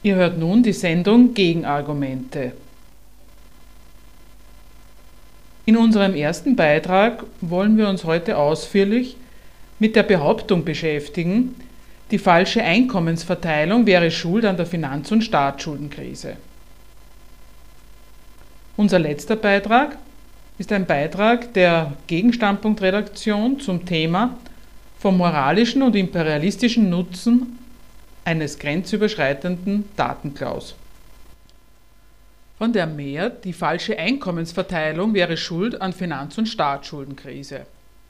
Ihr hört nun die Sendung Gegenargumente. In unserem ersten Beitrag wollen wir uns heute ausführlich mit der Behauptung beschäftigen, die falsche Einkommensverteilung wäre schuld an der Finanz- und Staatsschuldenkrise. Unser letzter Beitrag ist ein Beitrag der Gegenstandpunktredaktion zum Thema vom moralischen und imperialistischen Nutzen eines grenzüberschreitenden Datenklaus. Von der Mehr, die falsche Einkommensverteilung wäre schuld an Finanz- und Staatsschuldenkrise.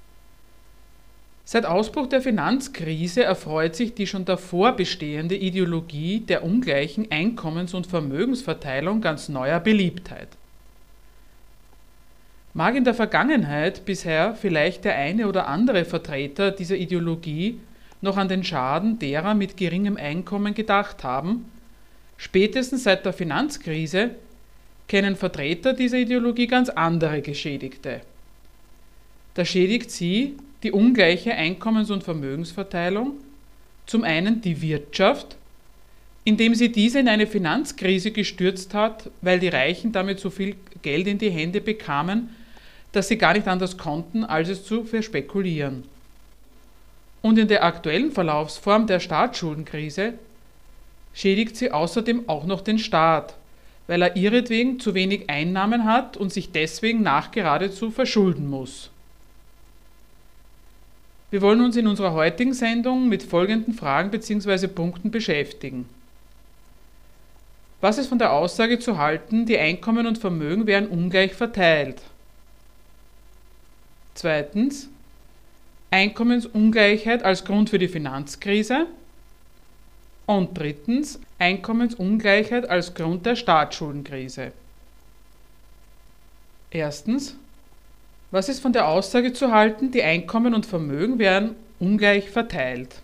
Seit Ausbruch der Finanzkrise erfreut sich die schon davor bestehende Ideologie der ungleichen Einkommens- und Vermögensverteilung ganz neuer Beliebtheit. Mag in der Vergangenheit bisher vielleicht der eine oder andere Vertreter dieser Ideologie noch an den Schaden derer mit geringem Einkommen gedacht haben, spätestens seit der Finanzkrise kennen Vertreter dieser Ideologie ganz andere Geschädigte. Da schädigt sie die ungleiche Einkommens- und Vermögensverteilung, zum einen die Wirtschaft, indem sie diese in eine Finanzkrise gestürzt hat, weil die Reichen damit so viel Geld in die Hände bekamen, dass sie gar nicht anders konnten, als es zu verspekulieren. Und in der aktuellen Verlaufsform der Staatsschuldenkrise schädigt sie außerdem auch noch den Staat, weil er ihretwegen zu wenig Einnahmen hat und sich deswegen nachgeradezu verschulden muss. Wir wollen uns in unserer heutigen Sendung mit folgenden Fragen bzw. Punkten beschäftigen. Was ist von der Aussage zu halten, die Einkommen und Vermögen wären ungleich verteilt? Zweitens, Einkommensungleichheit als Grund für die Finanzkrise. Und drittens, Einkommensungleichheit als Grund der Staatsschuldenkrise. Erstens, was ist von der Aussage zu halten, die Einkommen und Vermögen wären ungleich verteilt?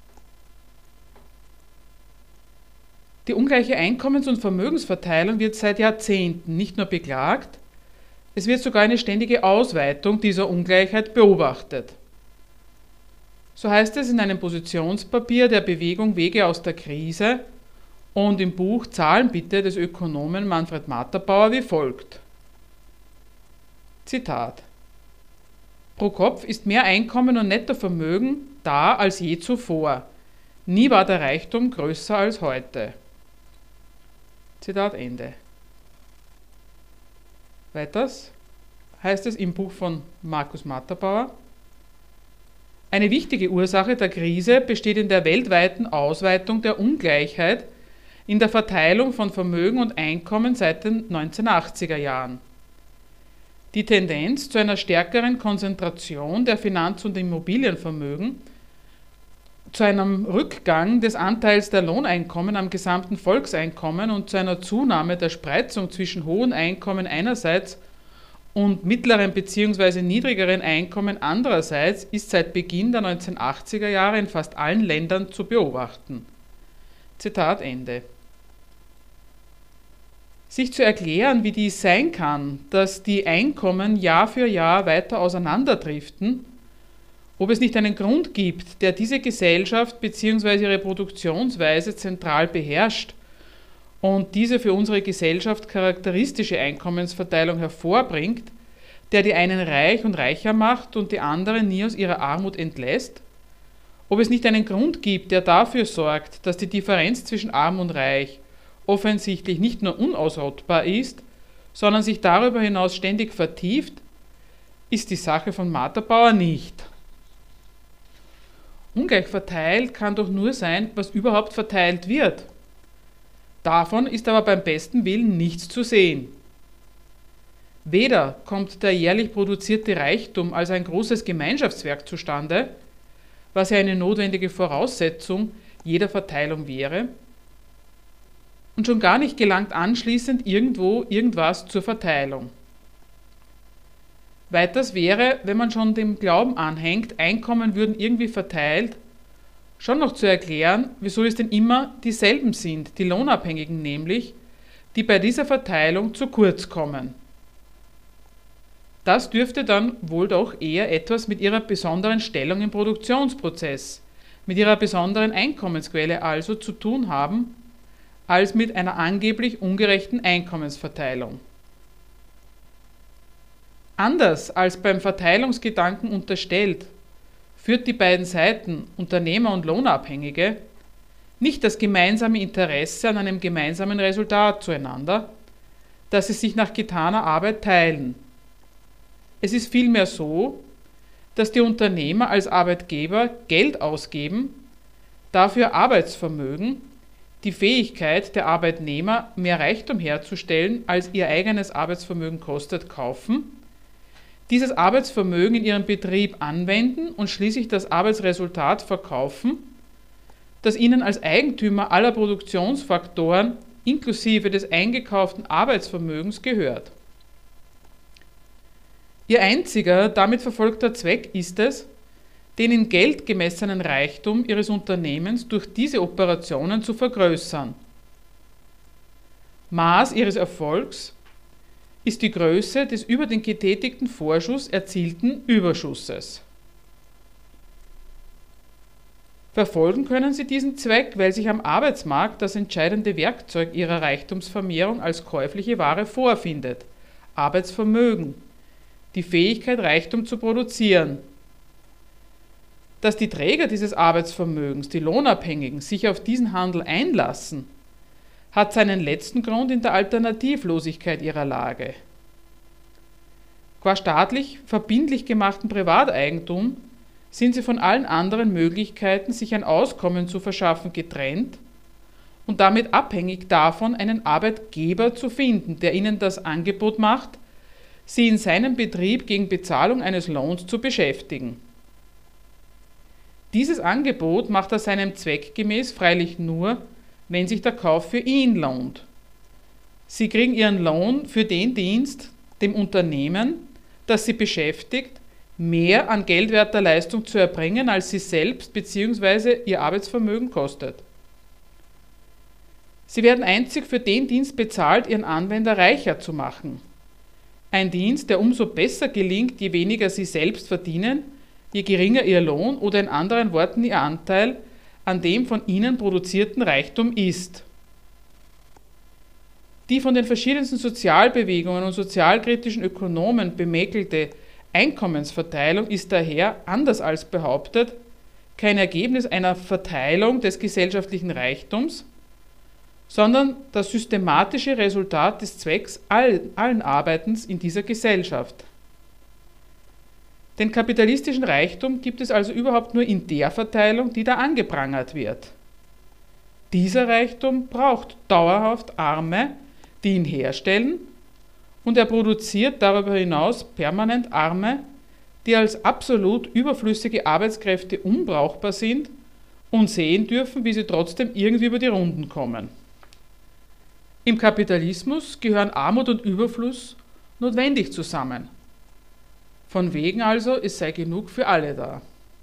Die ungleiche Einkommens- und Vermögensverteilung wird seit Jahrzehnten nicht nur beklagt, es wird sogar eine ständige Ausweitung dieser Ungleichheit beobachtet. So heißt es in einem Positionspapier der Bewegung Wege aus der Krise und im Buch Zahlen bitte des Ökonomen Manfred Matterbauer wie folgt. Zitat: Pro Kopf ist mehr Einkommen und Nettovermögen da als je zuvor. Nie war der Reichtum größer als heute. Zitat Ende. Weiters heißt es im Buch von Markus Matterbauer: Eine wichtige Ursache der Krise besteht in der weltweiten Ausweitung der Ungleichheit in der Verteilung von Vermögen und Einkommen seit den 1980er Jahren. Die Tendenz zu einer stärkeren Konzentration der Finanz- und Immobilienvermögen, zu einem Rückgang des Anteils der Lohneinkommen am gesamten Volkseinkommen und zu einer Zunahme der Spreizung zwischen hohen Einkommen einerseits und mittleren bzw. niedrigeren Einkommen andererseits ist seit Beginn der 1980er Jahre in fast allen Ländern zu beobachten. Zitat Ende. Sich zu erklären, wie dies sein kann, dass die Einkommen Jahr für Jahr weiter auseinanderdriften, ob es nicht einen Grund gibt, der diese Gesellschaft bzw. ihre Produktionsweise zentral beherrscht und diese für unsere Gesellschaft charakteristische Einkommensverteilung hervorbringt, der die einen reich und reicher macht und die anderen nie aus ihrer Armut entlässt? Ob es nicht einen Grund gibt, der dafür sorgt, dass die Differenz zwischen Arm und Reich offensichtlich nicht nur unausrottbar ist, sondern sich darüber hinaus ständig vertieft, ist die Sache von Matterbauer nicht. Ungleich verteilt kann doch nur sein, was überhaupt verteilt wird. Davon ist aber beim besten Willen nichts zu sehen. Weder kommt der jährlich produzierte Reichtum als ein großes Gemeinschaftswerk zustande, was ja eine notwendige Voraussetzung jeder Verteilung wäre, und schon gar nicht gelangt anschließend irgendwo irgendwas zur Verteilung. Weiters wäre, wenn man schon dem Glauben anhängt, Einkommen würden irgendwie verteilt, schon noch zu erklären, wieso es denn immer dieselben sind, die Lohnabhängigen nämlich, die bei dieser Verteilung zu kurz kommen. Das dürfte dann wohl doch eher etwas mit ihrer besonderen Stellung im Produktionsprozess, mit ihrer besonderen Einkommensquelle also zu tun haben, als mit einer angeblich ungerechten Einkommensverteilung. Anders als beim Verteilungsgedanken unterstellt, führt die beiden Seiten, Unternehmer und Lohnabhängige, nicht das gemeinsame Interesse an einem gemeinsamen Resultat zueinander, dass sie sich nach getaner Arbeit teilen. Es ist vielmehr so, dass die Unternehmer als Arbeitgeber Geld ausgeben, dafür Arbeitsvermögen, die Fähigkeit der Arbeitnehmer, mehr Reichtum herzustellen, als ihr eigenes Arbeitsvermögen kostet, kaufen, dieses Arbeitsvermögen in ihrem Betrieb anwenden und schließlich das Arbeitsresultat verkaufen, das ihnen als Eigentümer aller Produktionsfaktoren inklusive des eingekauften Arbeitsvermögens gehört. Ihr einziger damit verfolgter Zweck ist es, den in Geld gemessenen Reichtum ihres Unternehmens durch diese Operationen zu vergrößern. Maß ihres Erfolgs ist die Größe des über den getätigten Vorschuss erzielten Überschusses. Verfolgen können sie diesen Zweck, weil sich am Arbeitsmarkt das entscheidende Werkzeug ihrer Reichtumsvermehrung als käufliche Ware vorfindet: Arbeitsvermögen, die Fähigkeit, Reichtum zu produzieren. Dass die Träger dieses Arbeitsvermögens, die Lohnabhängigen, sich auf diesen Handel einlassen, hat seinen letzten Grund in der Alternativlosigkeit ihrer Lage. Qua staatlich verbindlich gemachten Privateigentum sind sie von allen anderen Möglichkeiten, sich ein Auskommen zu verschaffen, getrennt und damit abhängig davon, einen Arbeitgeber zu finden, der ihnen das Angebot macht, sie in seinem Betrieb gegen Bezahlung eines Lohns zu beschäftigen. Dieses Angebot macht er seinem Zweck gemäß freilich nur, wenn sich der Kauf für ihn lohnt. Sie kriegen ihren Lohn für den Dienst dem Unternehmen, das sie beschäftigt, mehr an geldwerter Leistung zu erbringen, als sie selbst bzw. ihr Arbeitsvermögen kostet. Sie werden einzig für den Dienst bezahlt, ihren Anwender reicher zu machen. Ein Dienst, der umso besser gelingt, je weniger sie selbst verdienen, je geringer ihr Lohn oder in anderen Worten ihr Anteil an dem von ihnen produzierten Reichtum ist. Die von den verschiedensten Sozialbewegungen und sozialkritischen Ökonomen bemäkelte Einkommensverteilung ist daher, anders als behauptet, kein Ergebnis einer Verteilung des gesellschaftlichen Reichtums, sondern das systematische Resultat des Zwecks allen Arbeitens in dieser Gesellschaft. Den kapitalistischen Reichtum gibt es also überhaupt nur in der Verteilung, die da angeprangert wird. Dieser Reichtum braucht dauerhaft Arme, die ihn herstellen, und er produziert darüber hinaus permanent Arme, die als absolut überflüssige Arbeitskräfte unbrauchbar sind und sehen dürfen, wie sie trotzdem irgendwie über die Runden kommen. Im Kapitalismus gehören Armut und Überfluss notwendig zusammen. Von wegen also, es sei genug für alle da.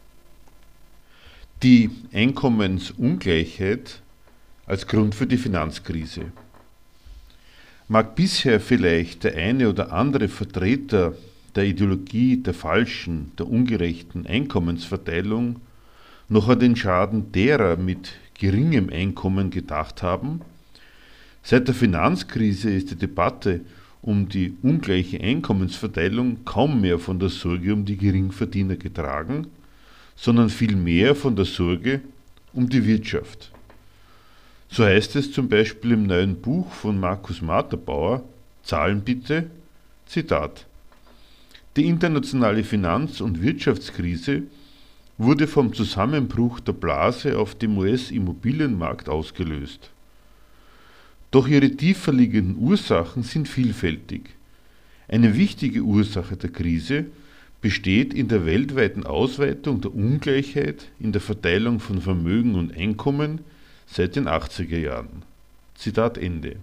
Die Einkommensungleichheit als Grund für die Finanzkrise. Mag bisher vielleicht der eine oder andere Vertreter der Ideologie der falschen, der ungerechten Einkommensverteilung noch an den Schaden derer mit geringem Einkommen gedacht haben, seit der Finanzkrise ist die Debatte um die ungleiche Einkommensverteilung kaum mehr von der Sorge um die Geringverdiener getragen, sondern vielmehr von der Sorge um die Wirtschaft. So heißt es zum Beispiel im neuen Buch von Markus Materbauer, Zahlen bitte, Zitat: Die internationale Finanz- und Wirtschaftskrise wurde vom Zusammenbruch der Blase auf dem US-Immobilienmarkt ausgelöst. Doch ihre tiefer liegenden Ursachen sind vielfältig. Eine wichtige Ursache der Krise besteht in der weltweiten Ausweitung der Ungleichheit in der Verteilung von Vermögen und Einkommen seit den 80er Jahren. Zitat Ende.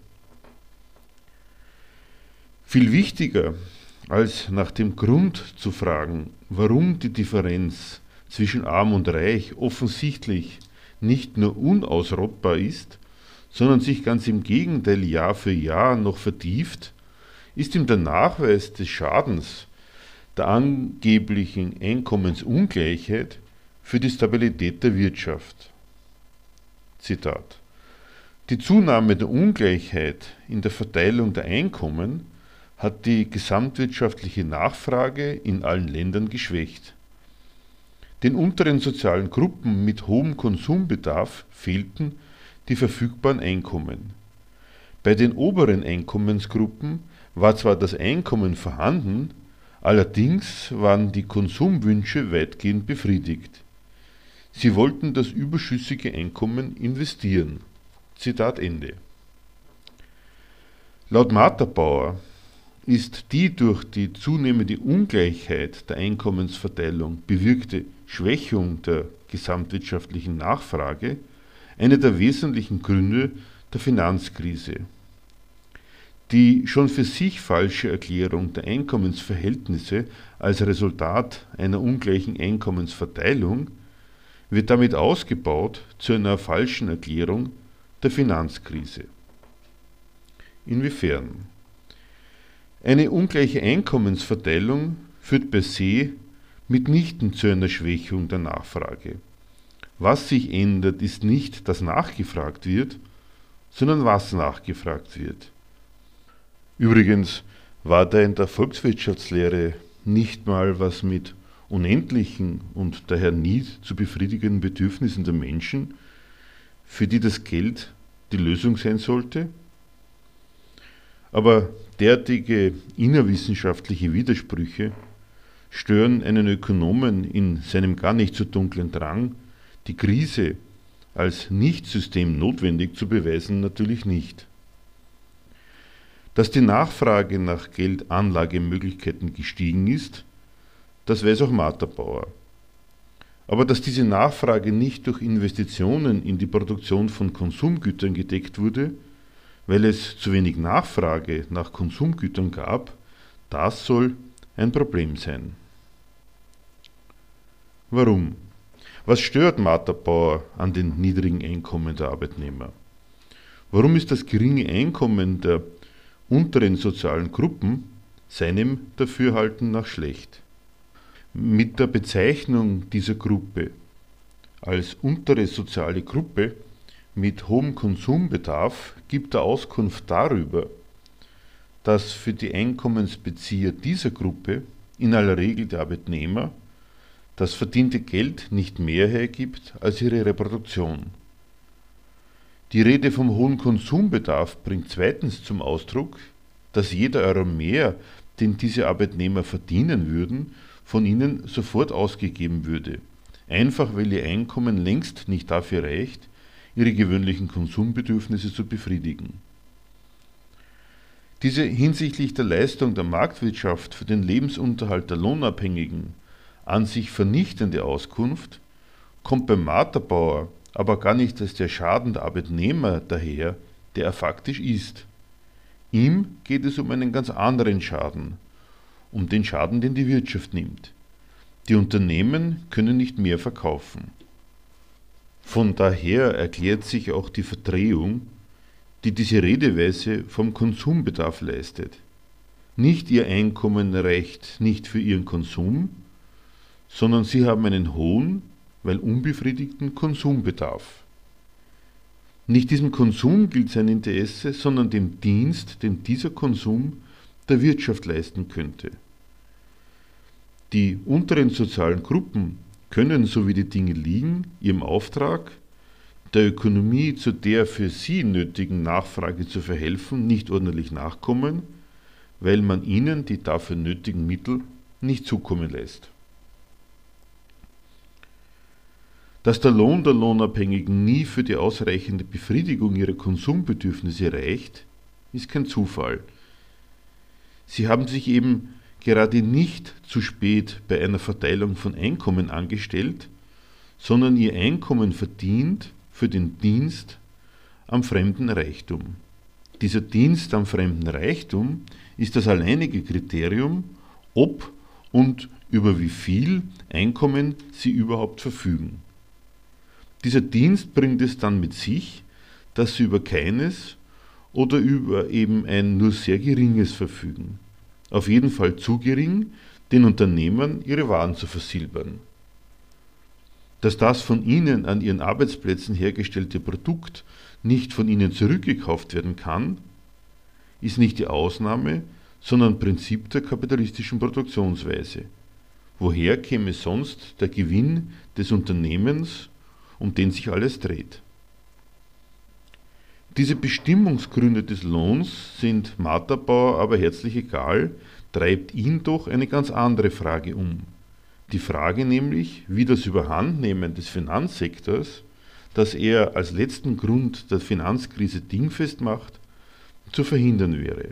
Viel wichtiger als nach dem Grund zu fragen, warum die Differenz zwischen Arm und Reich offensichtlich nicht nur unausrottbar ist, sondern sich ganz im Gegenteil Jahr für Jahr noch vertieft, ist ihm der Nachweis des Schadens der angeblichen Einkommensungleichheit für die Stabilität der Wirtschaft. Zitat: Die Zunahme der Ungleichheit in der Verteilung der Einkommen hat die gesamtwirtschaftliche Nachfrage in allen Ländern geschwächt. Den unteren sozialen Gruppen mit hohem Konsumbedarf fehlten die verfügbaren Einkommen. Bei den oberen Einkommensgruppen war zwar das Einkommen vorhanden, allerdings waren die Konsumwünsche weitgehend befriedigt. Sie wollten das überschüssige Einkommen investieren. Zitat Ende. Laut Martha-Bauer ist die durch die zunehmende Ungleichheit der Einkommensverteilung bewirkte Schwächung der gesamtwirtschaftlichen Nachfrage einer der wesentlichen Gründe der Finanzkrise. Die schon für sich falsche Erklärung der Einkommensverhältnisse als Resultat einer ungleichen Einkommensverteilung wird damit ausgebaut zu einer falschen Erklärung der Finanzkrise. Inwiefern? Eine ungleiche Einkommensverteilung führt per se mitnichten zu einer Schwächung der Nachfrage. Was sich ändert, ist nicht, dass nachgefragt wird, sondern was nachgefragt wird. Übrigens war da in der Volkswirtschaftslehre nicht mal was mit unendlichen und daher nie zu befriedigenden Bedürfnissen der Menschen, für die das Geld die Lösung sein sollte? Aber derartige innerwissenschaftliche Widersprüche stören einen Ökonomen in seinem gar nicht so dunklen Drang, die Krise als nicht systemnotwendig zu beweisen, natürlich nicht. Dass die Nachfrage nach Geldanlagemöglichkeiten gestiegen ist, das weiß auch Martha-Bauer. Aber dass diese Nachfrage nicht durch Investitionen in die Produktion von Konsumgütern gedeckt wurde, weil es zu wenig Nachfrage nach Konsumgütern gab, das soll ein Problem sein. Warum? Was stört Martha-Bauer an den niedrigen Einkommen der Arbeitnehmer? Warum ist das geringe Einkommen der unteren sozialen Gruppen seinem Dafürhalten nach schlecht? Mit der Bezeichnung dieser Gruppe als untere soziale Gruppe mit hohem Konsumbedarf gibt er Auskunft darüber, dass für die Einkommensbezieher dieser Gruppe, in aller Regel die Arbeitnehmer, das verdiente Geld nicht mehr hergibt als ihre Reproduktion. Die Rede vom hohen Konsumbedarf bringt zweitens zum Ausdruck, dass jeder Euro mehr, den diese Arbeitnehmer verdienen würden, von ihnen sofort ausgegeben würde, einfach weil ihr Einkommen längst nicht dafür reicht, ihre gewöhnlichen Konsumbedürfnisse zu befriedigen. Diese hinsichtlich der Leistung der Marktwirtschaft für den Lebensunterhalt der Lohnabhängigen an sich vernichtende Auskunft kommt bei Martha-Bauer aber gar nicht als der Schaden der Arbeitnehmer daher, der er faktisch ist. Ihm geht es um einen ganz anderen Schaden, um den Schaden, den die Wirtschaft nimmt. Die Unternehmen können nicht mehr verkaufen. Von daher erklärt sich auch die Verdrehung, die diese Redeweise vom Konsumbedarf leistet. Nicht ihr Einkommen reicht nicht für ihren Konsum, sondern sie haben einen hohen, weil unbefriedigten Konsumbedarf. Nicht diesem Konsum gilt sein Interesse, sondern dem Dienst, den dieser Konsum der Wirtschaft leisten könnte. Die unteren sozialen Gruppen können, so wie die Dinge liegen, ihrem Auftrag, der Ökonomie zu der für sie nötigen Nachfrage zu verhelfen, nicht ordentlich nachkommen, weil man ihnen die dafür nötigen Mittel nicht zukommen lässt. Dass der Lohn der Lohnabhängigen nie für die ausreichende Befriedigung ihrer Konsumbedürfnisse reicht, ist kein Zufall. Sie haben sich eben gerade nicht zu spät bei einer Verteilung von Einkommen angestellt, sondern ihr Einkommen verdient für den Dienst am fremden Reichtum. Dieser Dienst am fremden Reichtum ist das alleinige Kriterium, ob und über wie viel Einkommen sie überhaupt verfügen. Dieser Dienst bringt es dann mit sich, dass sie über keines oder über eben ein nur sehr geringes verfügen. Auf jeden Fall zu gering, den Unternehmern ihre Waren zu versilbern. Dass das von ihnen an ihren Arbeitsplätzen hergestellte Produkt nicht von ihnen zurückgekauft werden kann, ist nicht die Ausnahme, sondern Prinzip der kapitalistischen Produktionsweise. Woher käme sonst der Gewinn des Unternehmens, um den sich alles dreht? Diese Bestimmungsgründe des Lohns sind Martha Bauer aber herzlich egal, treibt ihn doch eine ganz andere Frage um. Die Frage nämlich, wie das Überhandnehmen des Finanzsektors, das er als letzten Grund der Finanzkrise dingfest macht, zu verhindern wäre.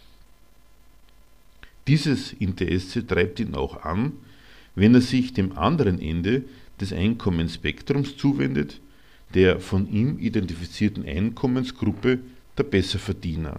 Dieses Interesse treibt ihn auch an, wenn er sich dem anderen Ende des Einkommensspektrums zuwendet, der von ihm identifizierten Einkommensgruppe der Besserverdiener.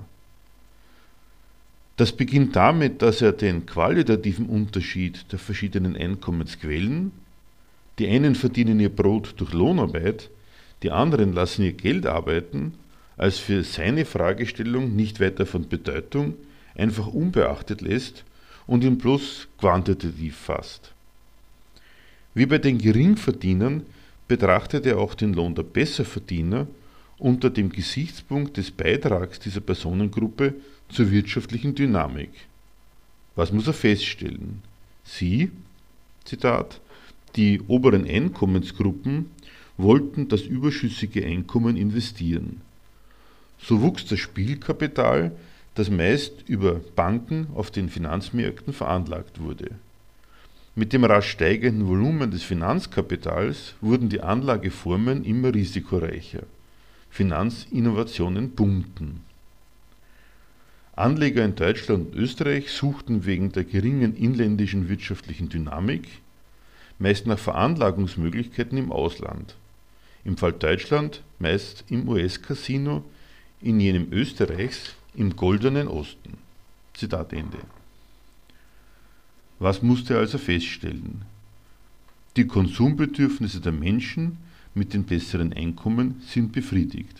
Das beginnt damit, dass er den qualitativen Unterschied der verschiedenen Einkommensquellen, die einen verdienen ihr Brot durch Lohnarbeit, die anderen lassen ihr Geld arbeiten, als für seine Fragestellung nicht weiter von Bedeutung, einfach unbeachtet lässt und ihn bloß quantitativ fasst. Wie bei den Geringverdienern betrachtet er auch den Lohn der Besserverdiener unter dem Gesichtspunkt des Beitrags dieser Personengruppe zur wirtschaftlichen Dynamik. Was muss er feststellen? Sie, Zitat, die oberen Einkommensgruppen wollten das überschüssige Einkommen investieren. So wuchs das Spielkapital, das meist über Banken auf den Finanzmärkten veranlagt wurde. Mit dem rasch steigenden Volumen des Finanzkapitals wurden die Anlageformen immer risikoreicher. Finanzinnovationen boomten. Anleger in Deutschland und Österreich suchten wegen der geringen inländischen wirtschaftlichen Dynamik meist nach Veranlagungsmöglichkeiten im Ausland. Im Fall Deutschland meist im US-Casino, in jenem Österreichs im goldenen Osten. Zitat Ende. Was musste er also feststellen? Die Konsumbedürfnisse der Menschen mit den besseren Einkommen sind befriedigt.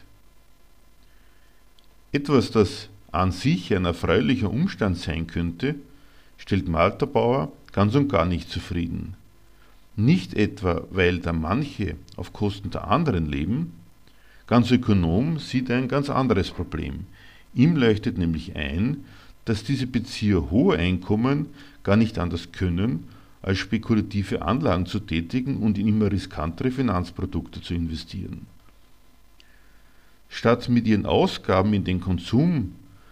Etwas, das an sich ein erfreulicher Umstand sein könnte, stellt Martha Bauer ganz und gar nicht zufrieden. Nicht etwa, weil da manche auf Kosten der anderen leben, ganz Ökonom sieht er ein ganz anderes Problem. Ihm leuchtet nämlich ein, dass diese Bezieher hoher Einkommen gar nicht anders können, als spekulative Anlagen zu tätigen und in immer riskantere Finanzprodukte zu investieren. Statt mit ihren Ausgaben in den Konsum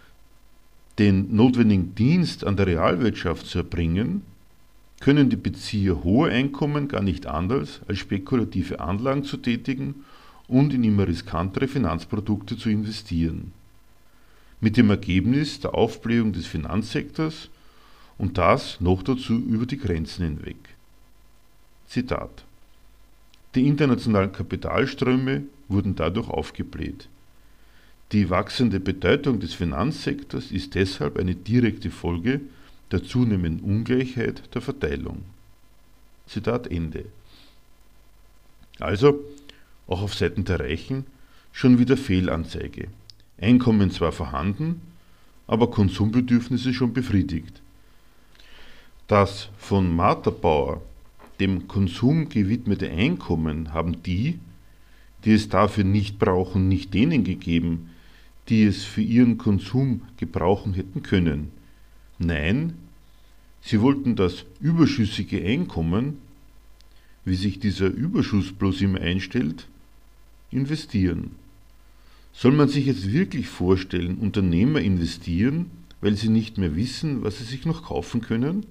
den notwendigen Dienst an der Realwirtschaft zu erbringen, können die Bezieher hoher Einkommen gar nicht anders, als spekulative Anlagen zu tätigen und in immer riskantere Finanzprodukte zu investieren. Mit dem Ergebnis der Aufblähung des Finanzsektors und das noch dazu über die Grenzen hinweg. Zitat: Die internationalen Kapitalströme wurden dadurch aufgebläht. Die wachsende Bedeutung des Finanzsektors ist deshalb eine direkte Folge der zunehmenden Ungleichheit der Verteilung. Zitat Ende. Also, auch auf Seiten der Reichen, schon wieder Fehlanzeige. Einkommen zwar vorhanden, aber Konsumbedürfnisse schon befriedigt. Das von Martha Bauer dem Konsum gewidmete Einkommen haben die es dafür nicht brauchen, nicht denen gegeben, die es für ihren Konsum gebrauchen hätten können. Nein, sie wollten das überschüssige Einkommen, wie sich dieser Überschuss bloß immer einstellt, investieren. Soll man sich jetzt wirklich vorstellen, Unternehmer investieren, weil sie nicht mehr wissen, was sie sich noch kaufen können?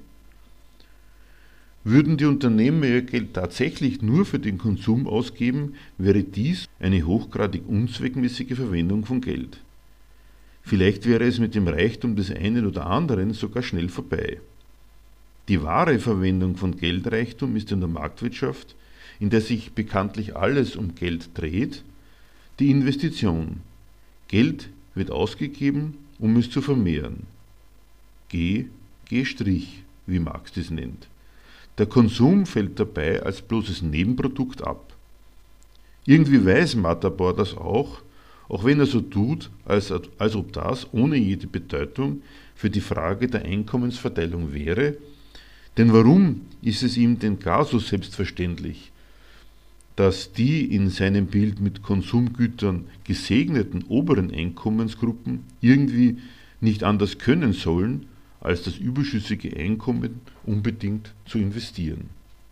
Würden die Unternehmer ihr Geld tatsächlich nur für den Konsum ausgeben, wäre dies eine hochgradig unzweckmäßige Verwendung von Geld. Vielleicht wäre es mit dem Reichtum des einen oder anderen sogar schnell vorbei. Die wahre Verwendung von Geldreichtum ist in der Marktwirtschaft, in der sich bekanntlich alles um Geld dreht, die Investition. Geld wird ausgegeben, um es zu vermehren. G', wie Marx dies nennt. Der Konsum fällt dabei als bloßes Nebenprodukt ab. Irgendwie weiß Martha Bauer das auch wenn er so tut, als ob das ohne jede Bedeutung für die Frage der Einkommensverteilung wäre. Denn warum ist es ihm denn gar so selbstverständlich, dass die in seinem Bild mit Konsumgütern gesegneten oberen Einkommensgruppen irgendwie nicht anders können sollen, als das überschüssige Einkommen unbedingt zu investieren.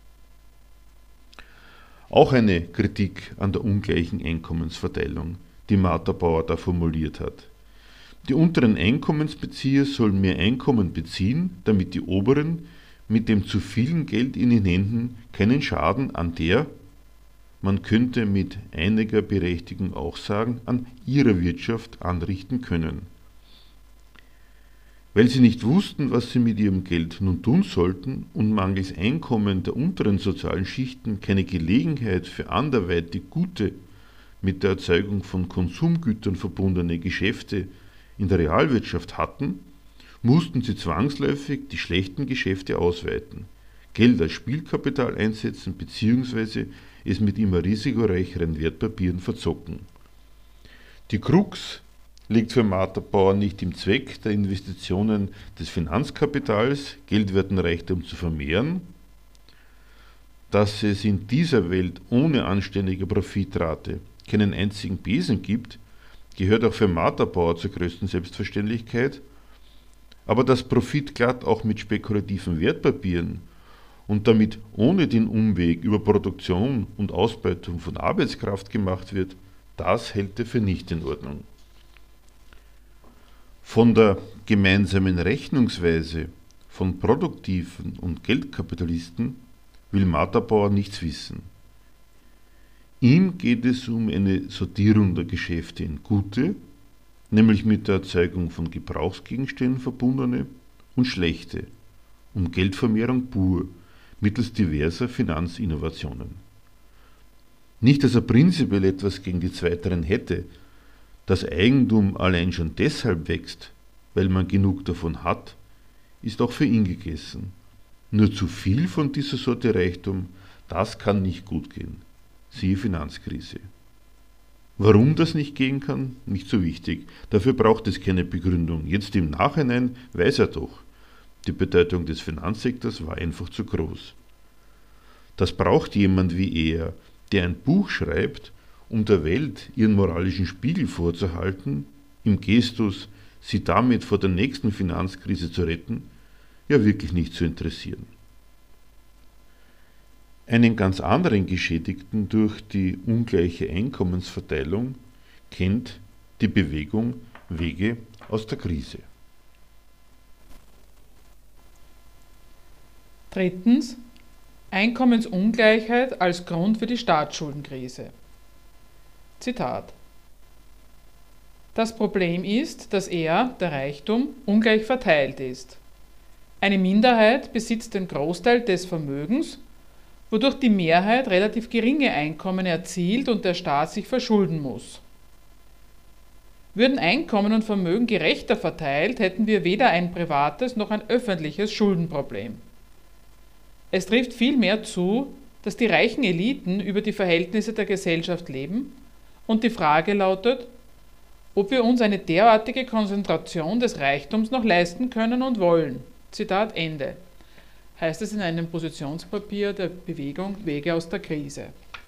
Auch eine Kritik an der ungleichen Einkommensverteilung, die Martha Bauer da formuliert hat. Die unteren Einkommensbezieher sollen mehr Einkommen beziehen, damit die oberen mit dem zu vielen Geld in den Händen keinen Schaden an der, man könnte mit einiger Berechtigung auch sagen, an ihrer Wirtschaft anrichten können. Weil sie nicht wussten, was sie mit ihrem Geld nun tun sollten und mangels Einkommen der unteren sozialen Schichten keine Gelegenheit für anderweitig gute, mit der Erzeugung von Konsumgütern verbundene Geschäfte in der Realwirtschaft hatten, mussten sie zwangsläufig die schlechten Geschäfte ausweiten, Geld als Spielkapital einsetzen bzw. es mit immer risikoreicheren Wertpapieren verzocken. Die Krux liegt für Martha Bauer nicht im Zweck der Investitionen des Finanzkapitals, geldwerten Reichtum zu vermehren. Dass es in dieser Welt ohne anständige Profitrate keinen einzigen Besen gibt, gehört auch für Martha Bauer zur größten Selbstverständlichkeit, aber dass Profit glatt auch mit spekulativen Wertpapieren und damit ohne den Umweg über Produktion und Ausbeutung von Arbeitskraft gemacht wird, das hält er für nicht in Ordnung. Von der gemeinsamen Rechnungsweise von Produktiven und Geldkapitalisten will Martha Bauer nichts wissen. Ihm geht es um eine Sortierung der Geschäfte in gute, nämlich mit der Erzeugung von Gebrauchsgegenständen verbundene, und schlechte, um Geldvermehrung pur, mittels diverser Finanzinnovationen. Nicht, dass er prinzipiell etwas gegen die Zweiteren hätte, das Eigentum allein schon deshalb wächst, weil man genug davon hat, ist auch für ihn gegessen. Nur zu viel von dieser Sorte Reichtum, das kann nicht gut gehen. Siehe Finanzkrise. Warum das nicht gehen kann, nicht so wichtig. Dafür braucht es keine Begründung. Jetzt im Nachhinein weiß er doch, die Bedeutung des Finanzsektors war einfach zu groß. Das braucht jemand wie er, der ein Buch schreibt, um der Welt ihren moralischen Spiegel vorzuhalten, im Gestus, sie damit vor der nächsten Finanzkrise zu retten, ja wirklich nicht zu interessieren. Einen ganz anderen Geschädigten durch die ungleiche Einkommensverteilung kennt die Bewegung Wege aus der Krise. Drittens. Einkommensungleichheit als Grund für die Staatsschuldenkrise. Zitat: Das Problem ist, dass der Reichtum, ungleich verteilt ist. Eine Minderheit besitzt den Großteil des Vermögens, wodurch die Mehrheit relativ geringe Einkommen erzielt und der Staat sich verschulden muss. Würden Einkommen und Vermögen gerechter verteilt, hätten wir weder ein privates noch ein öffentliches Schuldenproblem. Es trifft vielmehr zu, dass die reichen Eliten über die Verhältnisse der Gesellschaft leben und die Frage lautet, ob wir uns eine derartige Konzentration des Reichtums noch leisten können und wollen. Zitat Ende. Heißt es in einem Positionspapier der Bewegung Wege aus der Krise.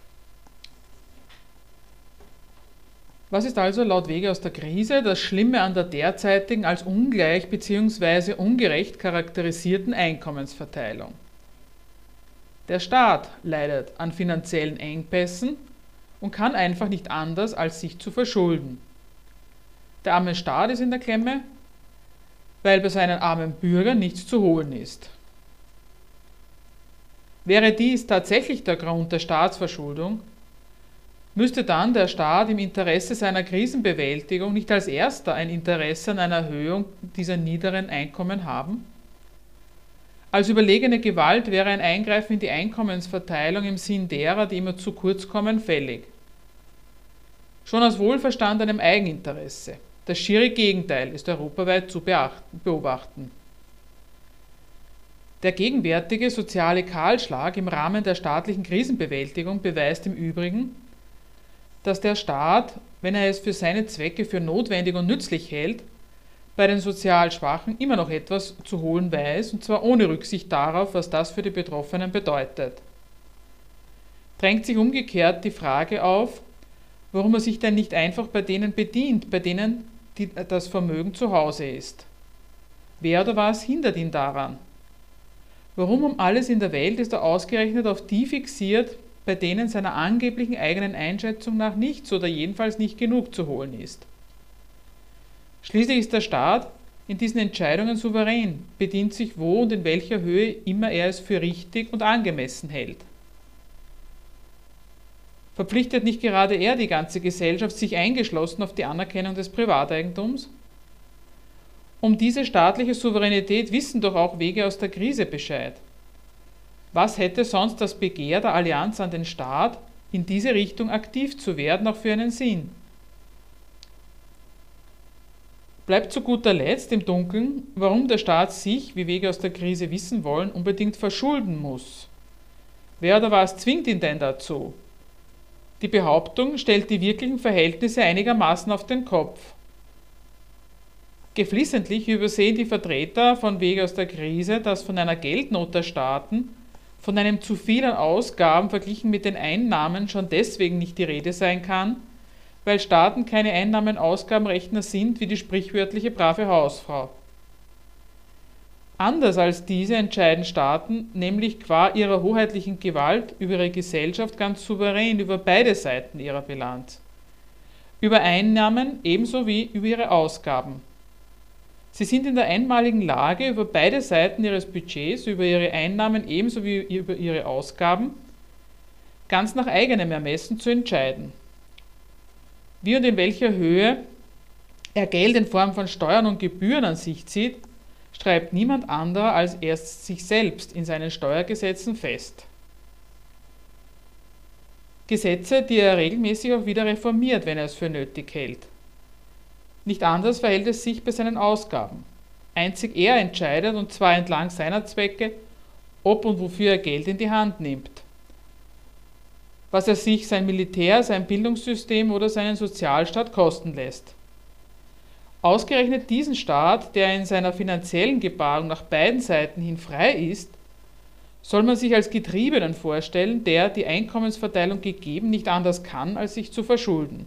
Was ist also laut Wege aus der Krise das Schlimme an der derzeitigen als ungleich bzw. ungerecht charakterisierten Einkommensverteilung? Der Staat leidet an finanziellen Engpässen und kann einfach nicht anders, als sich zu verschulden. Der arme Staat ist in der Klemme, weil bei seinen armen Bürgern nichts zu holen ist. Wäre dies tatsächlich der Grund der Staatsverschuldung, müsste dann der Staat im Interesse seiner Krisenbewältigung nicht als erster ein Interesse an einer Erhöhung dieser niederen Einkommen haben? Als überlegene Gewalt wäre ein Eingreifen in die Einkommensverteilung im Sinn derer, die immer zu kurz kommen, fällig. Schon aus wohlverstandenem Eigeninteresse. Das schiere Gegenteil ist europaweit zu beobachten. Der gegenwärtige soziale Kahlschlag im Rahmen der staatlichen Krisenbewältigung beweist im Übrigen, dass der Staat, wenn er es für seine Zwecke für notwendig und nützlich hält, bei den sozial Schwachen immer noch etwas zu holen weiß, und zwar ohne Rücksicht darauf, was das für die Betroffenen bedeutet. drängt sich umgekehrt die Frage auf, warum er sich denn nicht einfach bei denen bedient, bei denen das Vermögen zu Hause ist. Wer oder was hindert ihn daran? Warum um alles in der Welt ist er ausgerechnet auf die fixiert, bei denen seiner angeblichen eigenen Einschätzung nach nichts oder jedenfalls nicht genug zu holen ist? Schließlich ist der Staat in diesen Entscheidungen souverän, bedient sich wo und in welcher Höhe immer er es für richtig und angemessen hält. Verpflichtet nicht gerade er die ganze Gesellschaft, sich eingeschlossen, auf die Anerkennung des Privateigentums? Um diese staatliche Souveränität wissen doch auch Wege aus der Krise Bescheid. Was hätte sonst das Begehr der Allianz an den Staat, in diese Richtung aktiv zu werden, auch für einen Sinn? Bleibt zu guter Letzt im Dunkeln, warum der Staat sich, wie Wege aus der Krise wissen wollen, unbedingt verschulden muss. Wer oder was zwingt ihn denn dazu? Die Behauptung stellt die wirklichen Verhältnisse einigermaßen auf den Kopf. Geflissentlich übersehen die Vertreter von Wege aus der Krise, dass von einer Geldnot der Staaten, von einem zu viel an Ausgaben verglichen mit den Einnahmen schon deswegen nicht die Rede sein kann, weil Staaten keine Einnahmen-Ausgabenrechner sind wie die sprichwörtliche brave Hausfrau. Anders als diese entscheiden Staaten, nämlich qua ihrer hoheitlichen Gewalt über ihre Gesellschaft ganz souverän über beide Seiten ihrer Bilanz. Über Einnahmen ebenso wie über ihre Ausgaben. Sie sind in der einmaligen Lage, über beide Seiten ihres Budgets, über ihre Einnahmen ebenso wie über ihre Ausgaben, ganz nach eigenem Ermessen zu entscheiden. Wie und in welcher Höhe er Geld in Form von Steuern und Gebühren an sich zieht, schreibt niemand anderer als erst sich selbst in seinen Steuergesetzen fest. Gesetze, die er regelmäßig auch wieder reformiert, wenn er es für nötig hält. Nicht anders verhält es sich bei seinen Ausgaben. Einzig er entscheidet, und zwar entlang seiner Zwecke, ob und wofür er Geld in die Hand nimmt. Was er sich, sein Militär, sein Bildungssystem oder seinen Sozialstaat kosten lässt. Ausgerechnet diesen Staat, der in seiner finanziellen Gebarung nach beiden Seiten hin frei ist, soll man sich als Getriebenen vorstellen, der, die Einkommensverteilung gegeben, nicht anders kann, als sich zu verschulden.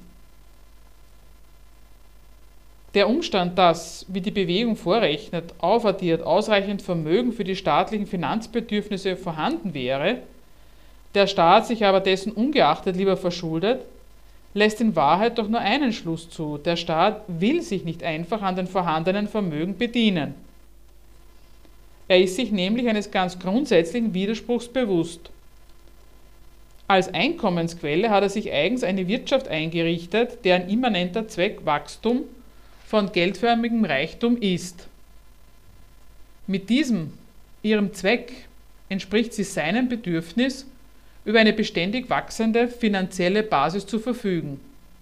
Der Umstand, dass, wie die Bewegung vorrechnet, aufaddiert ausreichend Vermögen für die staatlichen Finanzbedürfnisse vorhanden wäre, der Staat sich aber dessen ungeachtet lieber verschuldet, lässt in Wahrheit doch nur einen Schluss zu: Der Staat will sich nicht einfach an den vorhandenen Vermögen bedienen. Er ist sich nämlich eines ganz grundsätzlichen Widerspruchs bewusst. Als Einkommensquelle hat er sich eigens eine Wirtschaft eingerichtet, deren immanenter Zweck Wachstum von geldförmigem Reichtum ist. Mit diesem, ihrem Zweck, entspricht sie seinem Bedürfnis, über eine beständig wachsende finanzielle Basis zu verfügen.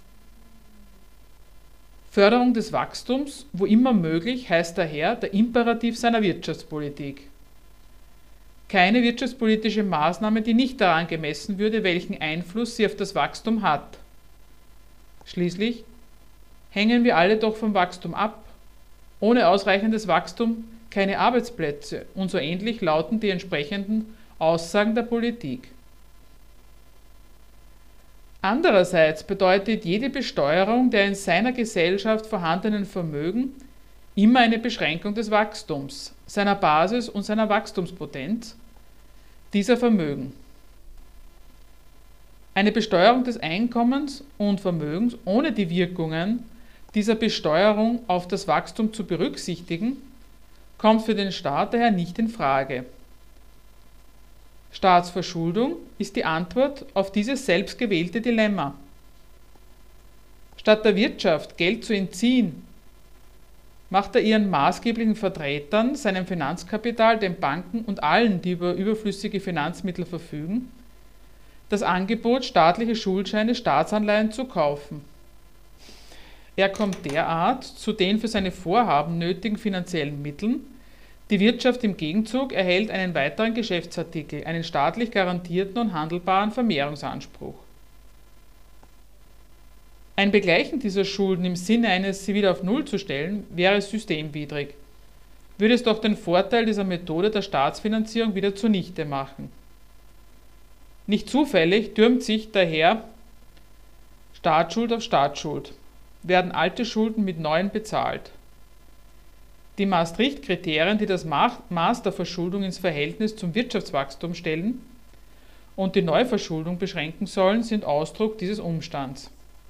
Förderung des Wachstums, wo immer möglich, heißt daher der Imperativ seiner Wirtschaftspolitik. Keine wirtschaftspolitische Maßnahme, die nicht daran gemessen würde, welchen Einfluss sie auf das Wachstum hat. Schließlich hängen wir alle doch vom Wachstum ab. Ohne ausreichendes Wachstum keine Arbeitsplätze, und so ähnlich lauten die entsprechenden Aussagen der Politik. Andererseits bedeutet jede Besteuerung der in seiner Gesellschaft vorhandenen Vermögen immer eine Beschränkung des Wachstums, seiner Basis und seiner Wachstumspotenz dieser Vermögen. Eine Besteuerung des Einkommens und Vermögens ohne die Wirkungen dieser Besteuerung auf das Wachstum zu berücksichtigen, kommt für den Staat daher nicht in Frage. Staatsverschuldung ist die Antwort auf dieses selbstgewählte Dilemma. Statt der Wirtschaft Geld zu entziehen, macht er ihren maßgeblichen Vertretern, seinem Finanzkapital, den Banken und allen, die über überflüssige Finanzmittel verfügen, das Angebot, staatliche Schuldscheine, Staatsanleihen zu kaufen. Er kommt derart zu den für seine Vorhaben nötigen finanziellen Mitteln. Die Wirtschaft im Gegenzug erhält einen weiteren Geschäftsartikel, einen staatlich garantierten und handelbaren Vermehrungsanspruch. Ein Begleichen dieser Schulden im Sinne eines, sie wieder auf Null zu stellen, wäre systemwidrig, würde es doch den Vorteil dieser Methode der Staatsfinanzierung wieder zunichte machen. Nicht zufällig türmt sich daher Staatsschuld auf Staatsschuld, werden alte Schulden mit neuen bezahlt. Die Maastricht-Kriterien, die das Maß der Verschuldung ins Verhältnis zum Wirtschaftswachstum stellen und die Neuverschuldung beschränken sollen, sind Ausdruck dieses Umstands.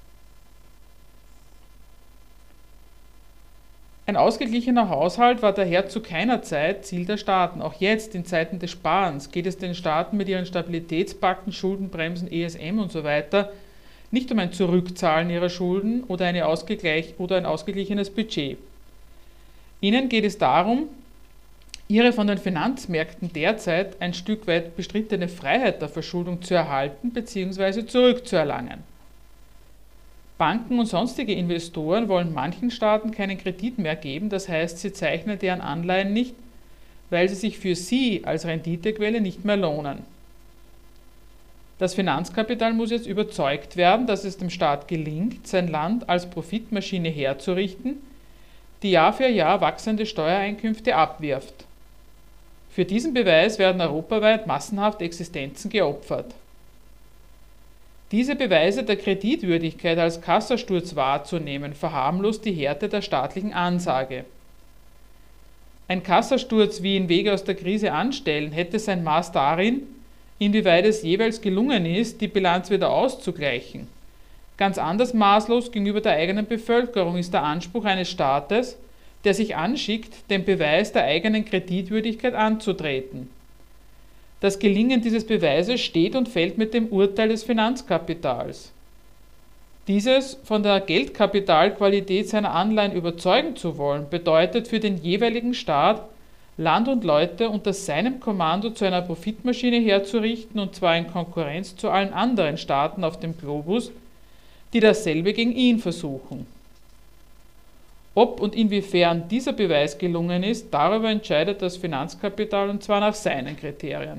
Ein ausgeglichener Haushalt war daher zu keiner Zeit Ziel der Staaten. Auch jetzt, in Zeiten des Sparens, geht es den Staaten mit ihren Stabilitätspakten, Schuldenbremsen, ESM usw. nicht um ein Zurückzahlen ihrer Schulden oder ein ausgeglichenes Budget. Ihnen geht es darum, ihre von den Finanzmärkten derzeit ein Stück weit bestrittene Freiheit der Verschuldung zu erhalten bzw. zurückzuerlangen. Banken und sonstige Investoren wollen manchen Staaten keinen Kredit mehr geben, das heißt, sie zeichnen deren Anleihen nicht, weil sie sich für sie als Renditequelle nicht mehr lohnen. Das Finanzkapital muss jetzt überzeugt werden, dass es dem Staat gelingt, sein Land als Profitmaschine herzurichten, die Jahr für Jahr wachsende Steuereinkünfte abwirft. Für diesen Beweis werden europaweit massenhaft Existenzen geopfert. Diese Beweise der Kreditwürdigkeit als Kassasturz wahrzunehmen, verharmlost die Härte der staatlichen Ansage. Ein Kassasturz wie ihn Wege aus der Krise anstellen, hätte sein Maß darin, inwieweit es jeweils gelungen ist, die Bilanz wieder auszugleichen. Ganz anders maßlos gegenüber der eigenen Bevölkerung ist der Anspruch eines Staates, der sich anschickt, den Beweis der eigenen Kreditwürdigkeit anzutreten. Das Gelingen dieses Beweises steht und fällt mit dem Urteil des Finanzkapitals. Dieses von der Geldkapitalqualität seiner Anleihen überzeugen zu wollen, bedeutet für den jeweiligen Staat, Land und Leute unter seinem Kommando zu einer Profitmaschine herzurichten, und zwar in Konkurrenz zu allen anderen Staaten auf dem Globus, die dasselbe gegen ihn versuchen. Ob und inwiefern dieser Beweis gelungen ist, darüber entscheidet das Finanzkapital, und zwar nach seinen Kriterien.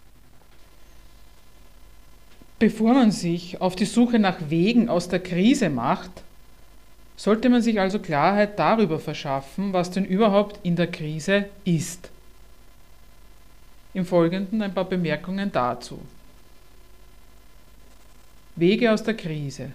Bevor man sich auf die Suche nach Wegen aus der Krise macht, sollte man sich also Klarheit darüber verschaffen, was denn überhaupt in der Krise ist. Im Folgenden ein paar Bemerkungen dazu. Wege aus der Krise.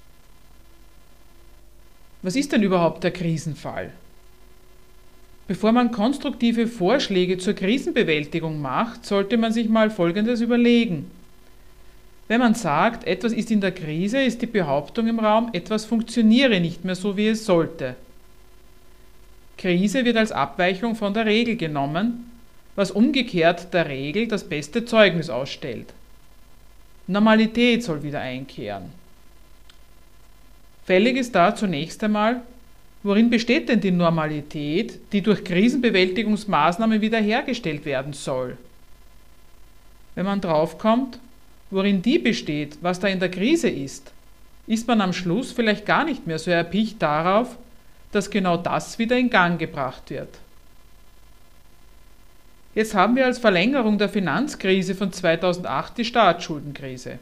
Was ist denn überhaupt der Krisenfall? Bevor man konstruktive Vorschläge zur Krisenbewältigung macht, sollte man sich mal Folgendes überlegen. Wenn man sagt, etwas ist in der Krise, ist die Behauptung im Raum, etwas funktioniere nicht mehr so, wie es sollte. Krise wird als Abweichung von der Regel genommen, was umgekehrt der Regel das beste Zeugnis ausstellt. Normalität soll wieder einkehren. Fällig ist da zunächst einmal, worin besteht denn die Normalität, die durch Krisenbewältigungsmaßnahmen wiederhergestellt werden soll? Wenn man draufkommt, worin die besteht, was da in der Krise ist man am Schluss vielleicht gar nicht mehr so erpicht darauf, dass genau das wieder in Gang gebracht wird. Jetzt haben wir als Verlängerung der Finanzkrise von 2008 die Staatsschuldenkrise.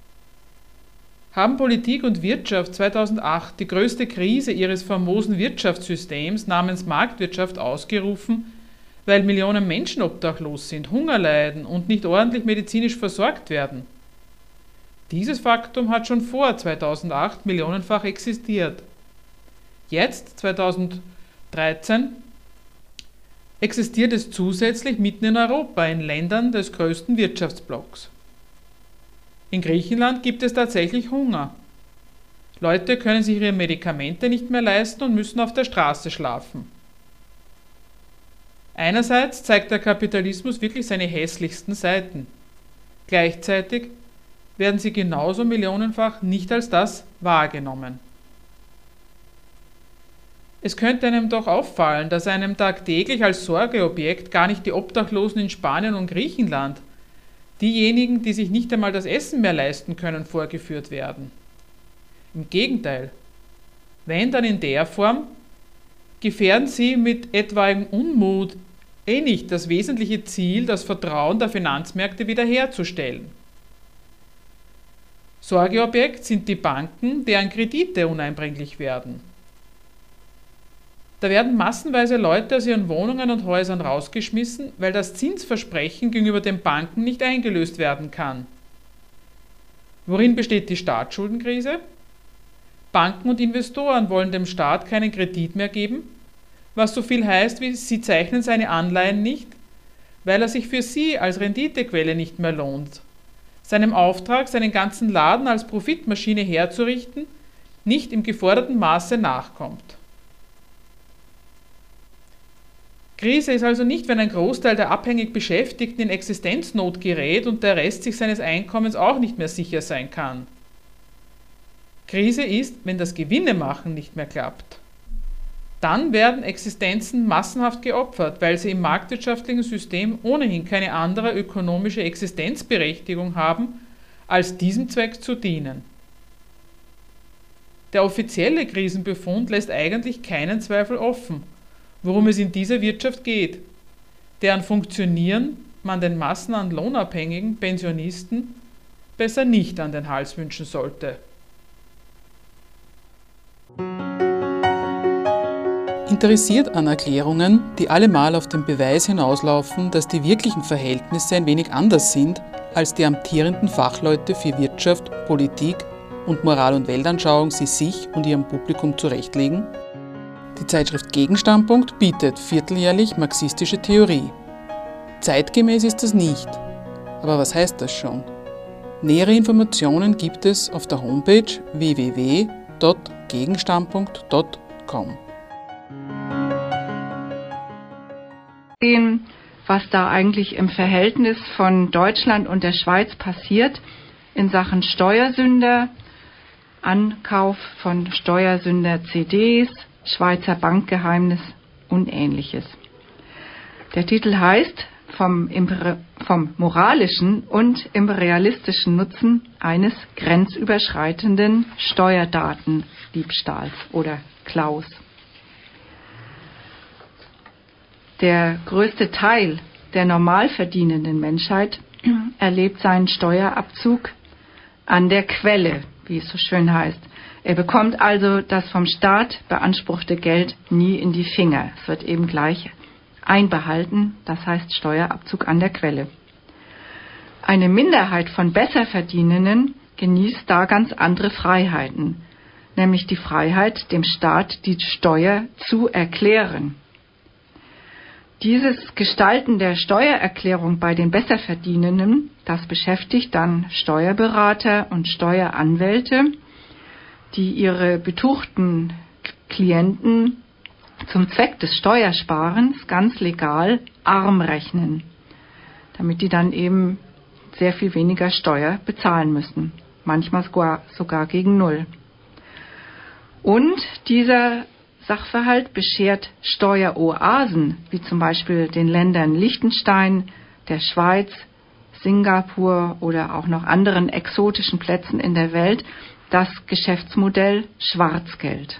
Haben Politik und Wirtschaft 2008 die größte Krise ihres famosen Wirtschaftssystems namens Marktwirtschaft ausgerufen, weil Millionen Menschen obdachlos sind, Hunger leiden und nicht ordentlich medizinisch versorgt werden? Dieses Faktum hat schon vor 2008 millionenfach existiert. Jetzt, 2013, existiert es zusätzlich mitten in Europa, in Ländern des größten Wirtschaftsblocks. In Griechenland gibt es tatsächlich Hunger. Leute können sich ihre Medikamente nicht mehr leisten und müssen auf der Straße schlafen. Einerseits zeigt der Kapitalismus wirklich seine hässlichsten Seiten. Gleichzeitig werden sie genauso millionenfach nicht als das wahrgenommen. Es könnte einem doch auffallen, dass einem tagtäglich als Sorgeobjekt gar nicht die Obdachlosen in Spanien und Griechenland, diejenigen, die sich nicht einmal das Essen mehr leisten können, vorgeführt werden. Im Gegenteil, wenn dann in der Form, gefährden sie mit etwaigem Unmut nicht das wesentliche Ziel, das Vertrauen der Finanzmärkte wiederherzustellen. Sorgeobjekt sind die Banken, deren Kredite uneinbringlich werden. Da werden massenweise Leute aus ihren Wohnungen und Häusern rausgeschmissen, weil das Zinsversprechen gegenüber den Banken nicht eingelöst werden kann. Worin besteht die Staatsschuldenkrise? Banken und Investoren wollen dem Staat keinen Kredit mehr geben, was so viel heißt wie sie zeichnen seine Anleihen nicht, weil er sich für sie als Renditequelle nicht mehr lohnt, seinem Auftrag, seinen ganzen Laden als Profitmaschine herzurichten, nicht im geforderten Maße nachkommt. Krise ist also nicht, wenn ein Großteil der abhängig Beschäftigten in Existenznot gerät und der Rest sich seines Einkommens auch nicht mehr sicher sein kann. Krise ist, wenn das Gewinnemachen nicht mehr klappt. Dann werden Existenzen massenhaft geopfert, weil sie im marktwirtschaftlichen System ohnehin keine andere ökonomische Existenzberechtigung haben, als diesem Zweck zu dienen. Der offizielle Krisenbefund lässt eigentlich keinen Zweifel offen, worum es in dieser Wirtschaft geht, deren Funktionieren man den Massen an lohnabhängigen Pensionisten besser nicht an den Hals wünschen sollte. Interessiert an Erklärungen, die allemal auf den Beweis hinauslaufen, dass die wirklichen Verhältnisse ein wenig anders sind, als die amtierenden Fachleute für Wirtschaft, Politik und Moral- und Weltanschauung sie sich und ihrem Publikum zurechtlegen? Die Zeitschrift Gegenstandpunkt bietet vierteljährlich marxistische Theorie. Zeitgemäß ist das nicht. Aber was heißt das schon? Nähere Informationen gibt es auf der Homepage www.gegenstandpunkt.com. Was da eigentlich im Verhältnis von Deutschland und der Schweiz passiert in Sachen Steuersünder, Ankauf von Steuersünder-CDs, Schweizer Bankgeheimnis und Ähnliches. Der Titel heißt vom moralischen und imperialistischen Nutzen eines grenzüberschreitenden Steuerdatendiebstahls oder Klaus. Der größte Teil der normal verdienenden Menschheit erlebt seinen Steuerabzug an der Quelle, wie es so schön heißt. Er bekommt also das vom Staat beanspruchte Geld nie in die Finger. Es wird eben gleich einbehalten, das heißt Steuerabzug an der Quelle. Eine Minderheit von Besserverdienenden genießt da ganz andere Freiheiten, nämlich die Freiheit, dem Staat die Steuer zu erklären. Dieses Gestalten der Steuererklärung bei den Besserverdienenden, das beschäftigt dann Steuerberater und Steueranwälte, die ihre betuchten Klienten zum Zweck des Steuersparens ganz legal arm rechnen, damit die dann eben sehr viel weniger Steuer bezahlen müssen, manchmal sogar gegen Null. Und dieser Sachverhalt beschert Steueroasen, wie zum Beispiel den Ländern Liechtenstein, der Schweiz, Singapur oder auch noch anderen exotischen Plätzen in der Welt, das Geschäftsmodell Schwarzgeld.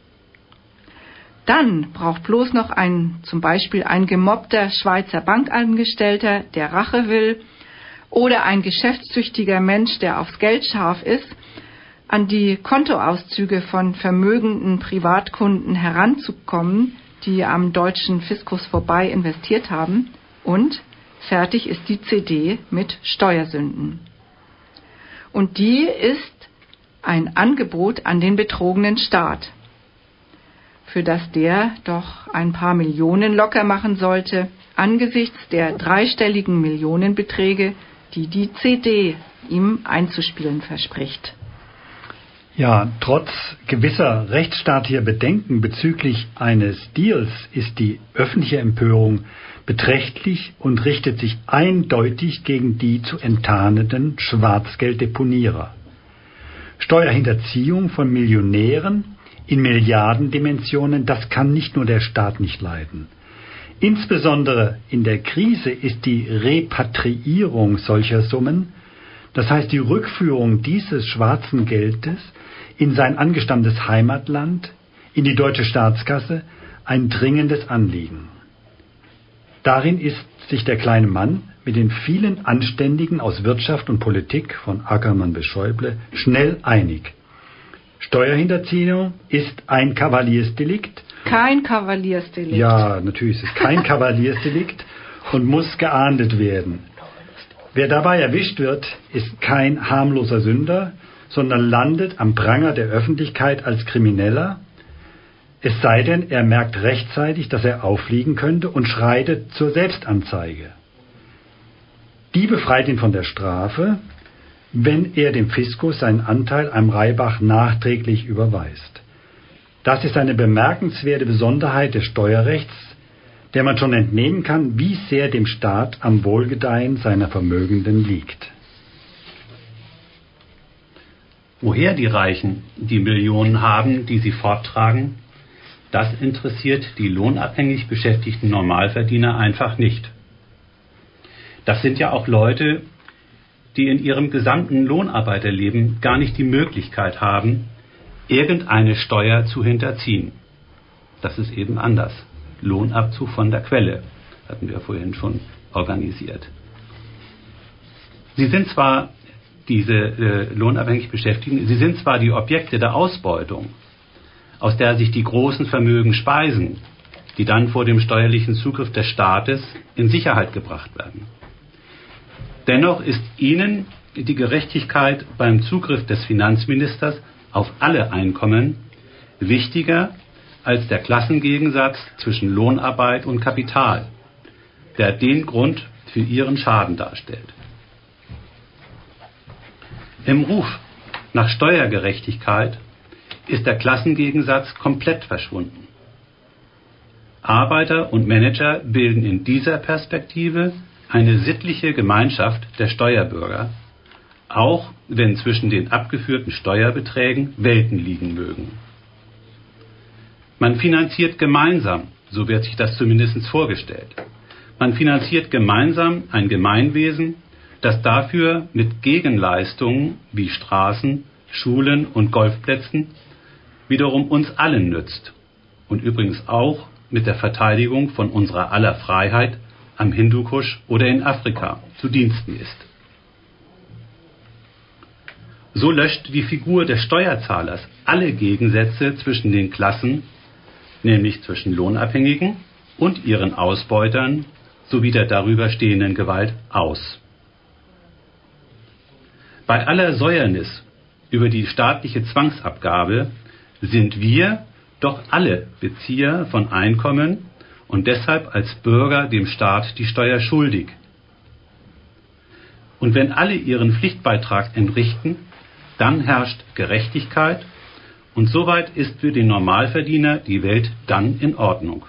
Dann braucht bloß noch zum Beispiel ein gemobbter Schweizer Bankangestellter, der Rache will, oder ein geschäftstüchtiger Mensch, der aufs Geld scharf ist, an die Kontoauszüge von vermögenden Privatkunden heranzukommen, die am deutschen Fiskus vorbei investiert haben, und fertig ist die CD mit Steuersünden. Und die ist ein Angebot an den betrogenen Staat, für das der doch ein paar Millionen locker machen sollte, angesichts der dreistelligen Millionenbeträge, die die CD ihm einzuspielen verspricht. Ja, trotz gewisser rechtsstaatlicher Bedenken bezüglich eines Deals ist die öffentliche Empörung beträchtlich und richtet sich eindeutig gegen die zu enttarnenden Schwarzgelddeponierer. Steuerhinterziehung von Millionären in Milliardendimensionen, das kann nicht nur der Staat nicht leiden. Insbesondere in der Krise ist die Repatriierung solcher Summen, das heißt die Rückführung dieses schwarzen Geldes in sein angestammtes Heimatland, in die deutsche Staatskasse, ein dringendes Anliegen. Darin ist sich der kleine Mann mit den vielen Anständigen aus Wirtschaft und Politik, von Ackermann bis Schäuble, schnell einig. Steuerhinterziehung ist ein Kavaliersdelikt. Kein Kavaliersdelikt. Ja, natürlich ist es kein Kavaliersdelikt und muss geahndet werden. Wer dabei erwischt wird, ist kein harmloser Sünder, sondern landet am Pranger der Öffentlichkeit als Krimineller, es sei denn, er merkt rechtzeitig, dass er auffliegen könnte und schreitet zur Selbstanzeige. Die befreit ihn von der Strafe, wenn er dem Fiskus seinen Anteil am Reibach nachträglich überweist. Das ist eine bemerkenswerte Besonderheit des Steuerrechts, der man schon entnehmen kann, wie sehr dem Staat am Wohlgedeihen seiner Vermögenden liegt. Woher die Reichen die Millionen haben, die sie forttragen, das interessiert die lohnabhängig beschäftigten Normalverdiener einfach nicht. Das sind ja auch Leute, die in ihrem gesamten Lohnarbeiterleben gar nicht die Möglichkeit haben, irgendeine Steuer zu hinterziehen. Das ist eben anders. Lohnabzug von der Quelle, hatten wir vorhin schon organisiert. Sie sind zwar, diese lohnabhängig Beschäftigten, sie sind zwar die Objekte der Ausbeutung, aus der sich die großen Vermögen speisen, die dann vor dem steuerlichen Zugriff des Staates in Sicherheit gebracht werden. Dennoch ist ihnen die Gerechtigkeit beim Zugriff des Finanzministers auf alle Einkommen wichtiger als der Klassengegensatz zwischen Lohnarbeit und Kapital, der den Grund für ihren Schaden darstellt. Im Ruf nach Steuergerechtigkeit ist der Klassengegensatz komplett verschwunden. Arbeiter und Manager bilden in dieser Perspektive eine sittliche Gemeinschaft der Steuerbürger, auch wenn zwischen den abgeführten Steuerbeträgen Welten liegen mögen. Man finanziert gemeinsam, so wird sich das zumindest vorgestellt, man finanziert gemeinsam ein Gemeinwesen, das dafür mit Gegenleistungen wie Straßen, Schulen und Golfplätzen wiederum uns allen nützt und übrigens auch mit der Verteidigung von unserer aller Freiheit am Hindukusch oder in Afrika zu Diensten ist. So löscht die Figur des Steuerzahlers alle Gegensätze zwischen den Klassen, nämlich zwischen Lohnabhängigen und ihren Ausbeutern sowie der darüber stehenden Gewalt, aus. Bei aller Säuernis über die staatliche Zwangsabgabe sind wir doch alle Bezieher von Einkommen und deshalb als Bürger dem Staat die Steuer schuldig. Und wenn alle ihren Pflichtbeitrag entrichten, dann herrscht Gerechtigkeit und soweit ist für den Normalverdiener die Welt dann in Ordnung.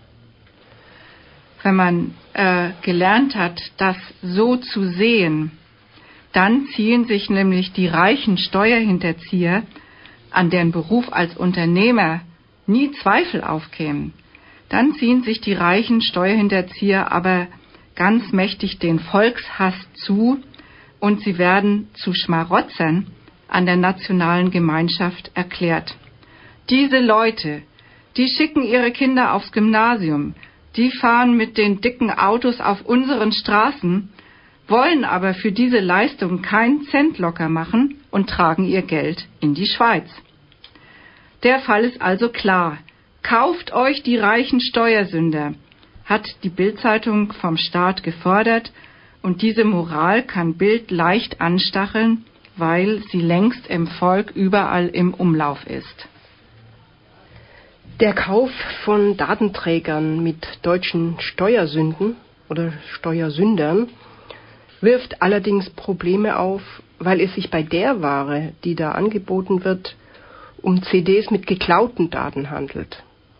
Wenn man gelernt hat, das so zu sehen, dann ziehen sich nämlich die reichen Steuerhinterzieher, an deren Beruf als Unternehmer nie Zweifel aufkämen, dann ziehen sich die reichen Steuerhinterzieher aber ganz mächtig den Volkshass zu und sie werden zu Schmarotzern an der nationalen Gemeinschaft erklärt. Diese Leute, die schicken ihre Kinder aufs Gymnasium, die fahren mit den dicken Autos auf unseren Straßen, wollen aber für diese Leistung keinen Cent locker machen und tragen ihr Geld in die Schweiz. Der Fall ist also klar. Kauft euch die reichen Steuersünder, hat die Bild-Zeitung vom Staat gefordert, und diese Moral kann Bild leicht anstacheln, weil sie längst im Volk überall im Umlauf ist. Der Kauf von Datenträgern mit deutschen Steuersünden oder Steuersündern wirft allerdings Probleme auf, weil es sich bei der Ware, die da angeboten wird, um CDs mit geklauten Daten handelt.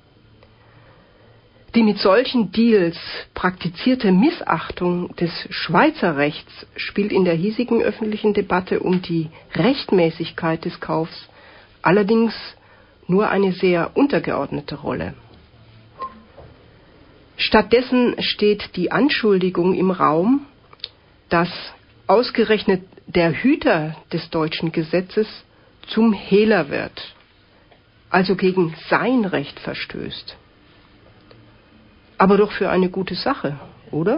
Die mit solchen Deals praktizierte Missachtung des Schweizer Rechts spielt in der hiesigen öffentlichen Debatte um die Rechtmäßigkeit des Kaufs allerdings nur eine sehr untergeordnete Rolle. Stattdessen steht die Anschuldigung im Raum, dass ausgerechnet der Hüter des deutschen Gesetzes zum Hehler wird, also gegen sein Recht verstößt. Aber doch für eine gute Sache, oder?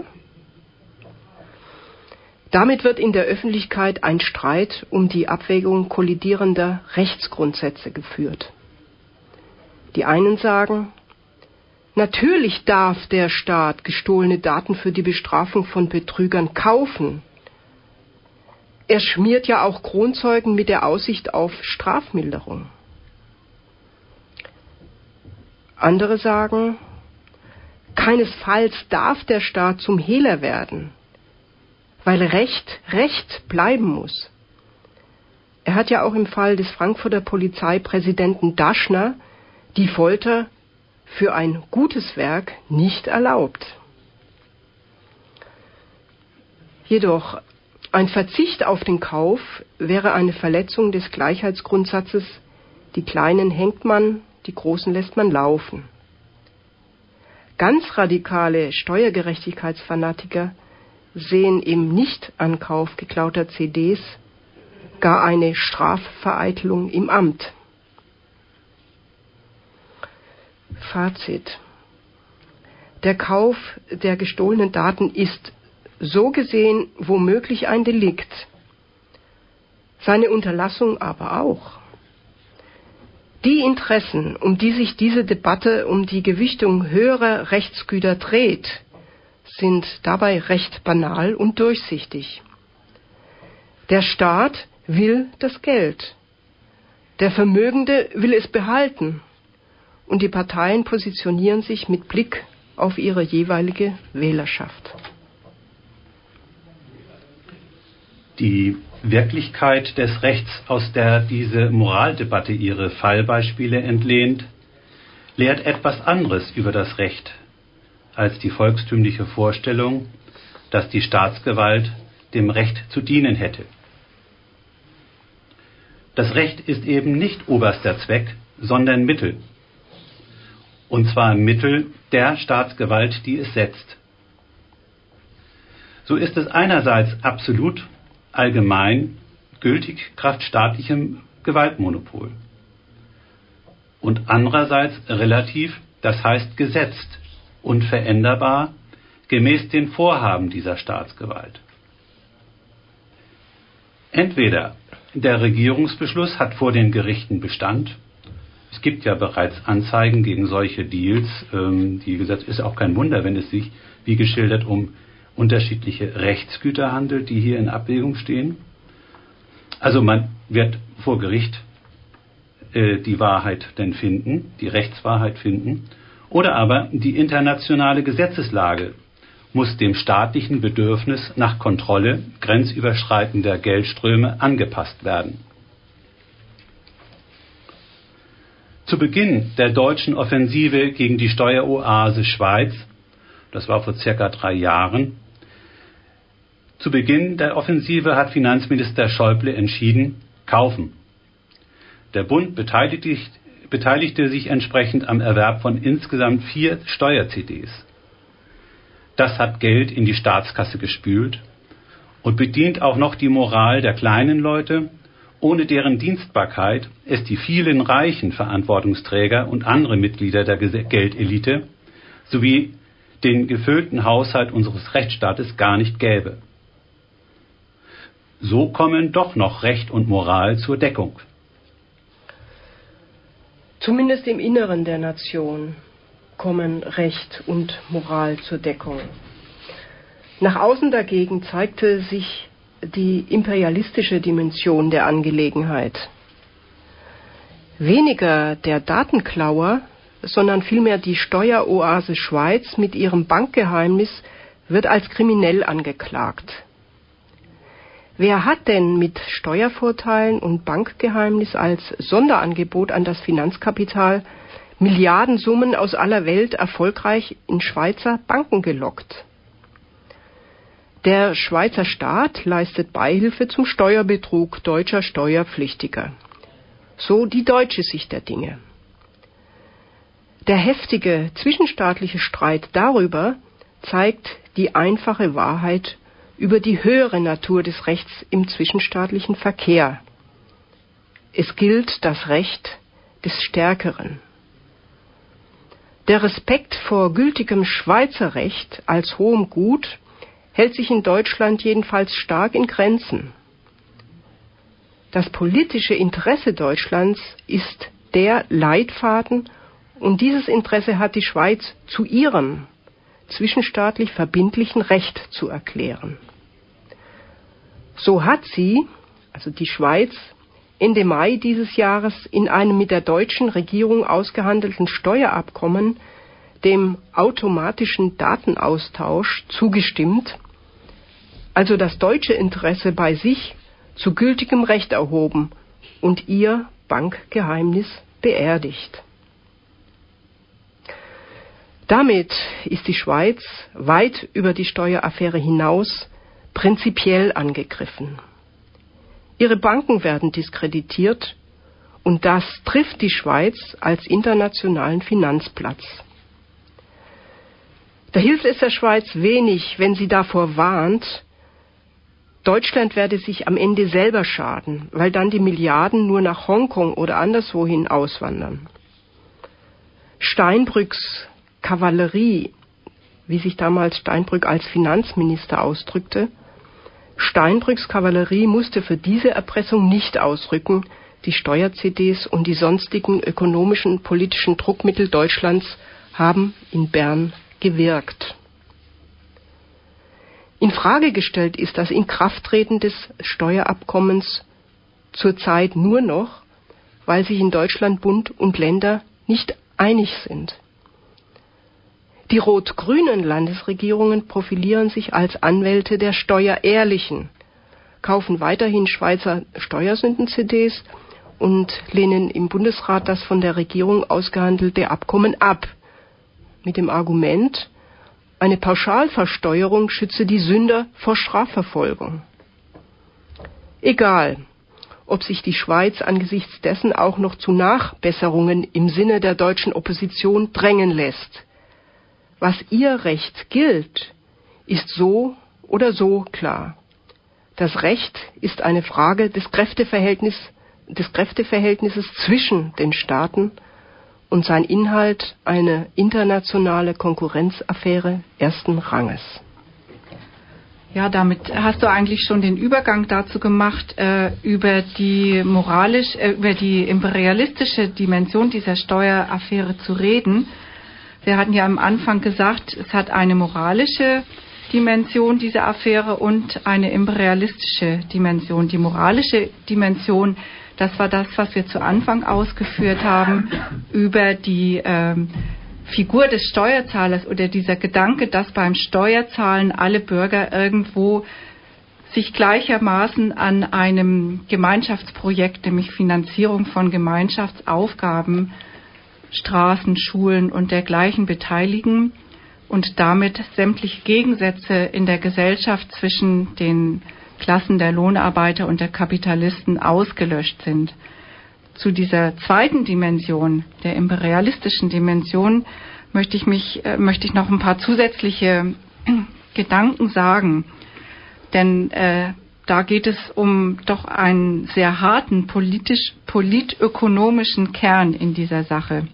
Damit wird in der Öffentlichkeit ein Streit um die Abwägung kollidierender Rechtsgrundsätze geführt. Die einen sagen, natürlich darf der Staat gestohlene Daten für die Bestrafung von Betrügern kaufen, Er schmiert ja auch Kronzeugen mit der Aussicht auf Strafmilderung. Andere sagen, keinesfalls darf der Staat zum Hehler werden, weil Recht Recht bleiben muss. Er hat ja auch im Fall des Frankfurter Polizeipräsidenten Daschner die Folter für ein gutes Werk nicht erlaubt. Jedoch ein Verzicht auf den Kauf wäre eine Verletzung des Gleichheitsgrundsatzes, die Kleinen hängt man, die Großen lässt man laufen. Ganz radikale Steuergerechtigkeitsfanatiker sehen im Nichtankauf geklauter CDs gar eine Strafvereitelung im Amt. Fazit. Der Kauf der gestohlenen Daten ist so gesehen womöglich ein Delikt, seine Unterlassung aber auch. Die Interessen, um die sich diese Debatte um die Gewichtung höherer Rechtsgüter dreht, sind dabei recht banal und durchsichtig. Der Staat will das Geld, der Vermögende will es behalten und die Parteien positionieren sich mit Blick auf ihre jeweilige Wählerschaft. Die Wirklichkeit des Rechts, aus der diese Moraldebatte ihre Fallbeispiele entlehnt, lehrt etwas anderes über das Recht als die volkstümliche Vorstellung, dass die Staatsgewalt dem Recht zu dienen hätte. Das Recht ist eben nicht oberster Zweck, sondern Mittel. Und zwar Mittel der Staatsgewalt, die es setzt. So ist es einerseits absolut allgemein gültig kraft staatlichem Gewaltmonopol und andererseits relativ, das heißt gesetzt und veränderbar gemäß den Vorhaben dieser Staatsgewalt. Entweder der Regierungsbeschluss hat vor den Gerichten Bestand. Es gibt ja bereits Anzeigen gegen solche Deals. Wie gesagt, ist auch kein Wunder, wenn es sich, wie geschildert, um unterschiedliche Rechtsgüter handelt, die hier in Abwägung stehen. Also man wird vor Gericht die Wahrheit denn finden, die Rechtswahrheit finden. Oder aber die internationale Gesetzeslage muss dem staatlichen Bedürfnis nach Kontrolle grenzüberschreitender Geldströme angepasst werden. Zu Beginn der deutschen Offensive gegen die Steueroase Schweiz, das war vor circa 3 Jahren, zu Beginn der Offensive hat Finanzminister Schäuble entschieden, kaufen. Der Bund beteiligte sich entsprechend am Erwerb von insgesamt 4 Steuer-CDs. Das hat Geld in die Staatskasse gespült und bedient auch noch die Moral der kleinen Leute, ohne deren Dienstbarkeit es die vielen reichen Verantwortungsträger und andere Mitglieder der Geldelite sowie den gefüllten Haushalt unseres Rechtsstaates gar nicht gäbe. So kommen doch noch Recht und Moral zur Deckung. Zumindest im Inneren der Nation kommen Recht und Moral zur Deckung. Nach außen dagegen zeigte sich die imperialistische Dimension der Angelegenheit. Weniger der Datenklauer, sondern vielmehr die Steueroase Schweiz mit ihrem Bankgeheimnis wird als kriminell angeklagt. Wer hat denn mit Steuervorteilen und Bankgeheimnis als Sonderangebot an das Finanzkapital Milliardensummen aus aller Welt erfolgreich in Schweizer Banken gelockt? Der Schweizer Staat leistet Beihilfe zum Steuerbetrug deutscher Steuerpflichtiger. So die deutsche Sicht der Dinge. Der heftige zwischenstaatliche Streit darüber zeigt die einfache Wahrheit über die höhere Natur des Rechts im zwischenstaatlichen Verkehr. Es gilt das Recht des Stärkeren. Der Respekt vor gültigem Schweizer Recht als hohem Gut hält sich in Deutschland jedenfalls stark in Grenzen. Das politische Interesse Deutschlands ist der Leitfaden, und dieses Interesse hat die Schweiz zu ihrem zwischenstaatlich verbindlichen Recht zu erklären. So hat sie, also die Schweiz, Ende Mai dieses Jahres in einem mit der deutschen Regierung ausgehandelten Steuerabkommen dem automatischen Datenaustausch zugestimmt, also das deutsche Interesse bei sich zu gültigem Recht erhoben und ihr Bankgeheimnis beerdigt. Damit ist die Schweiz weit über die Steueraffäre hinaus prinzipiell angegriffen. Ihre Banken werden diskreditiert und das trifft die Schweiz als internationalen Finanzplatz. Da hilft es der Schweiz wenig, wenn sie davor warnt, Deutschland werde sich am Ende selber schaden, weil dann die Milliarden nur nach Hongkong oder anderswohin auswandern. Steinbrücks Kavallerie, wie sich damals Steinbrück als Finanzminister ausdrückte, Steinbrücks Kavallerie musste für diese Erpressung nicht ausrücken, die Steuer-CDs und die sonstigen ökonomischen, politischen Druckmittel Deutschlands haben in Bern gewirkt. In Frage gestellt ist das Inkrafttreten des Steuerabkommens zurzeit nur noch, weil sich in Deutschland Bund und Länder nicht einig sind. Die rot-grünen Landesregierungen profilieren sich als Anwälte der Steuerehrlichen, kaufen weiterhin Schweizer Steuersünden-CDs und lehnen im Bundesrat das von der Regierung ausgehandelte Abkommen ab, mit dem Argument, eine Pauschalversteuerung schütze die Sünder vor Strafverfolgung. Egal, ob sich die Schweiz angesichts dessen auch noch zu Nachbesserungen im Sinne der deutschen Opposition drängen lässt. Was ihr Recht gilt, ist so oder so klar. Das Recht ist eine Frage des Kräfteverhältnisses zwischen den Staaten und sein Inhalt eine internationale Konkurrenzaffäre ersten Ranges. Ja, damit hast du eigentlich schon den Übergang dazu gemacht, über die imperialistische Dimension dieser Steueraffäre zu reden. Wir hatten ja am Anfang gesagt, es hat eine moralische Dimension, diese Affäre, und eine imperialistische Dimension. Die moralische Dimension, das war das, was wir zu Anfang ausgeführt haben, über die Figur des Steuerzahlers oder dieser Gedanke, dass beim Steuerzahlen alle Bürger irgendwo sich gleichermaßen an einem Gemeinschaftsprojekt, nämlich Finanzierung von Gemeinschaftsaufgaben, Straßen, Schulen und dergleichen beteiligen und damit sämtliche Gegensätze in der Gesellschaft zwischen den Klassen der Lohnarbeiter und der Kapitalisten ausgelöscht sind. Zu dieser zweiten Dimension, der imperialistischen Dimension, möchte ich noch ein paar zusätzliche Gedanken sagen. Denn da geht es um doch einen sehr harten politökonomischen Kern in dieser Sache.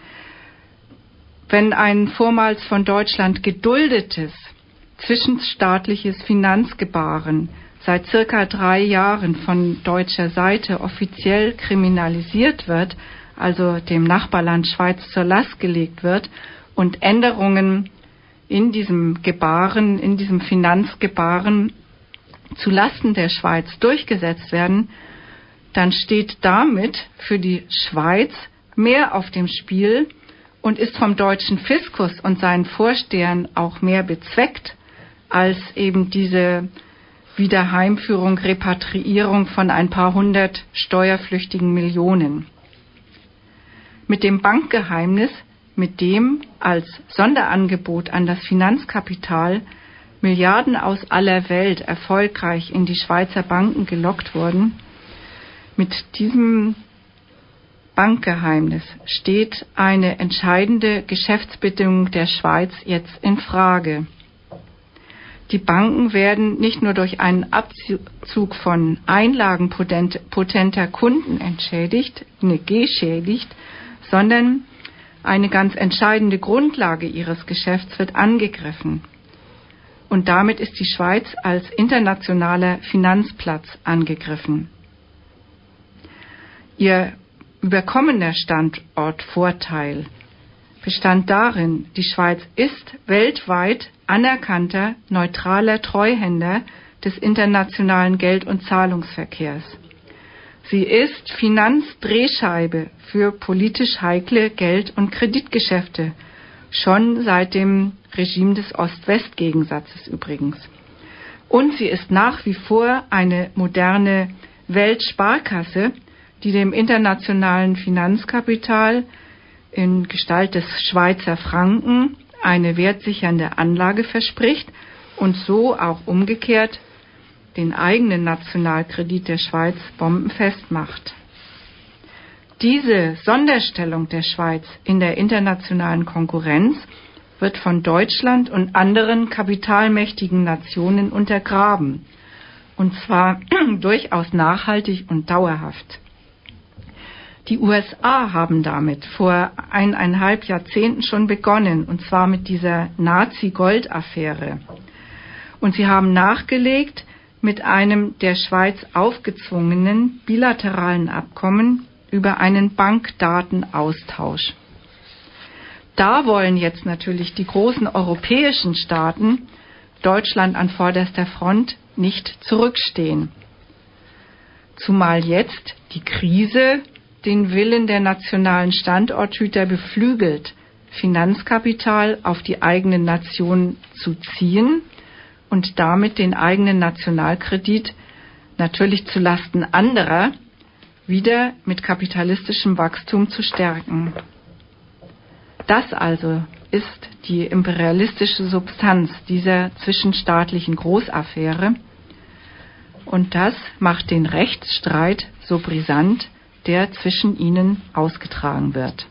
Wenn ein vormals von Deutschland geduldetes zwischenstaatliches Finanzgebaren seit circa 3 Jahren von deutscher Seite offiziell kriminalisiert wird, also dem Nachbarland Schweiz zur Last gelegt wird und Änderungen in diesem Gebaren, in diesem Finanzgebaren zu Lasten der Schweiz durchgesetzt werden, dann steht damit für die Schweiz mehr auf dem Spiel und ist vom deutschen Fiskus und seinen Vorstehern auch mehr bezweckt als eben diese Wiederheimführung, Repatriierung von ein paar hundert steuerflüchtigen Millionen. Mit dem Bankgeheimnis, mit dem als Sonderangebot an das Finanzkapital Milliarden aus aller Welt erfolgreich in die Schweizer Banken gelockt wurden, mit diesem Bankgeheimnis steht eine entscheidende Geschäftsbedingung der Schweiz jetzt in Frage. Die Banken werden nicht nur durch einen Abzug von Einlagen potenter Kunden geschädigt, sondern eine ganz entscheidende Grundlage ihres Geschäfts wird angegriffen. Und damit ist die Schweiz als internationaler Finanzplatz angegriffen. Ihr überkommener Standortvorteil bestand darin, die Schweiz ist weltweit anerkannter, neutraler Treuhänder des internationalen Geld- und Zahlungsverkehrs. Sie ist Finanzdrehscheibe für politisch heikle Geld- und Kreditgeschäfte, schon seit dem Regime des Ost-West-Gegensatzes übrigens. Und sie ist nach wie vor eine moderne Weltsparkasse, die dem internationalen Finanzkapital in Gestalt des Schweizer Franken eine wertsichernde Anlage verspricht und so auch umgekehrt den eigenen Nationalkredit der Schweiz bombenfest macht. Diese Sonderstellung der Schweiz in der internationalen Konkurrenz wird von Deutschland und anderen kapitalmächtigen Nationen untergraben, und zwar durchaus nachhaltig und dauerhaft. Die USA haben damit vor 1,5 Jahrzehnten schon begonnen, und zwar mit dieser Nazi-Gold-Affäre. Und sie haben nachgelegt mit einem der Schweiz aufgezwungenen bilateralen Abkommen über einen Bankdatenaustausch. Da wollen jetzt natürlich die großen europäischen Staaten, Deutschland an vorderster Front, nicht zurückstehen. Zumal jetzt die Krise den Willen der nationalen Standorthüter beflügelt, Finanzkapital auf die eigene Nation zu ziehen und damit den eigenen Nationalkredit natürlich zu Lasten anderer wieder mit kapitalistischem Wachstum zu stärken. Das also ist die imperialistische Substanz dieser zwischenstaatlichen Großaffäre, und das macht den Rechtsstreit so brisant, der zwischen ihnen ausgetragen wird.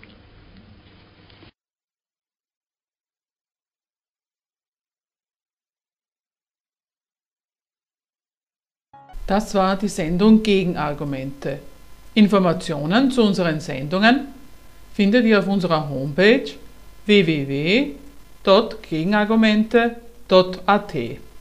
Das war die Sendung Gegenargumente. Informationen zu unseren Sendungen findet ihr auf unserer Homepage www.gegenargumente.at.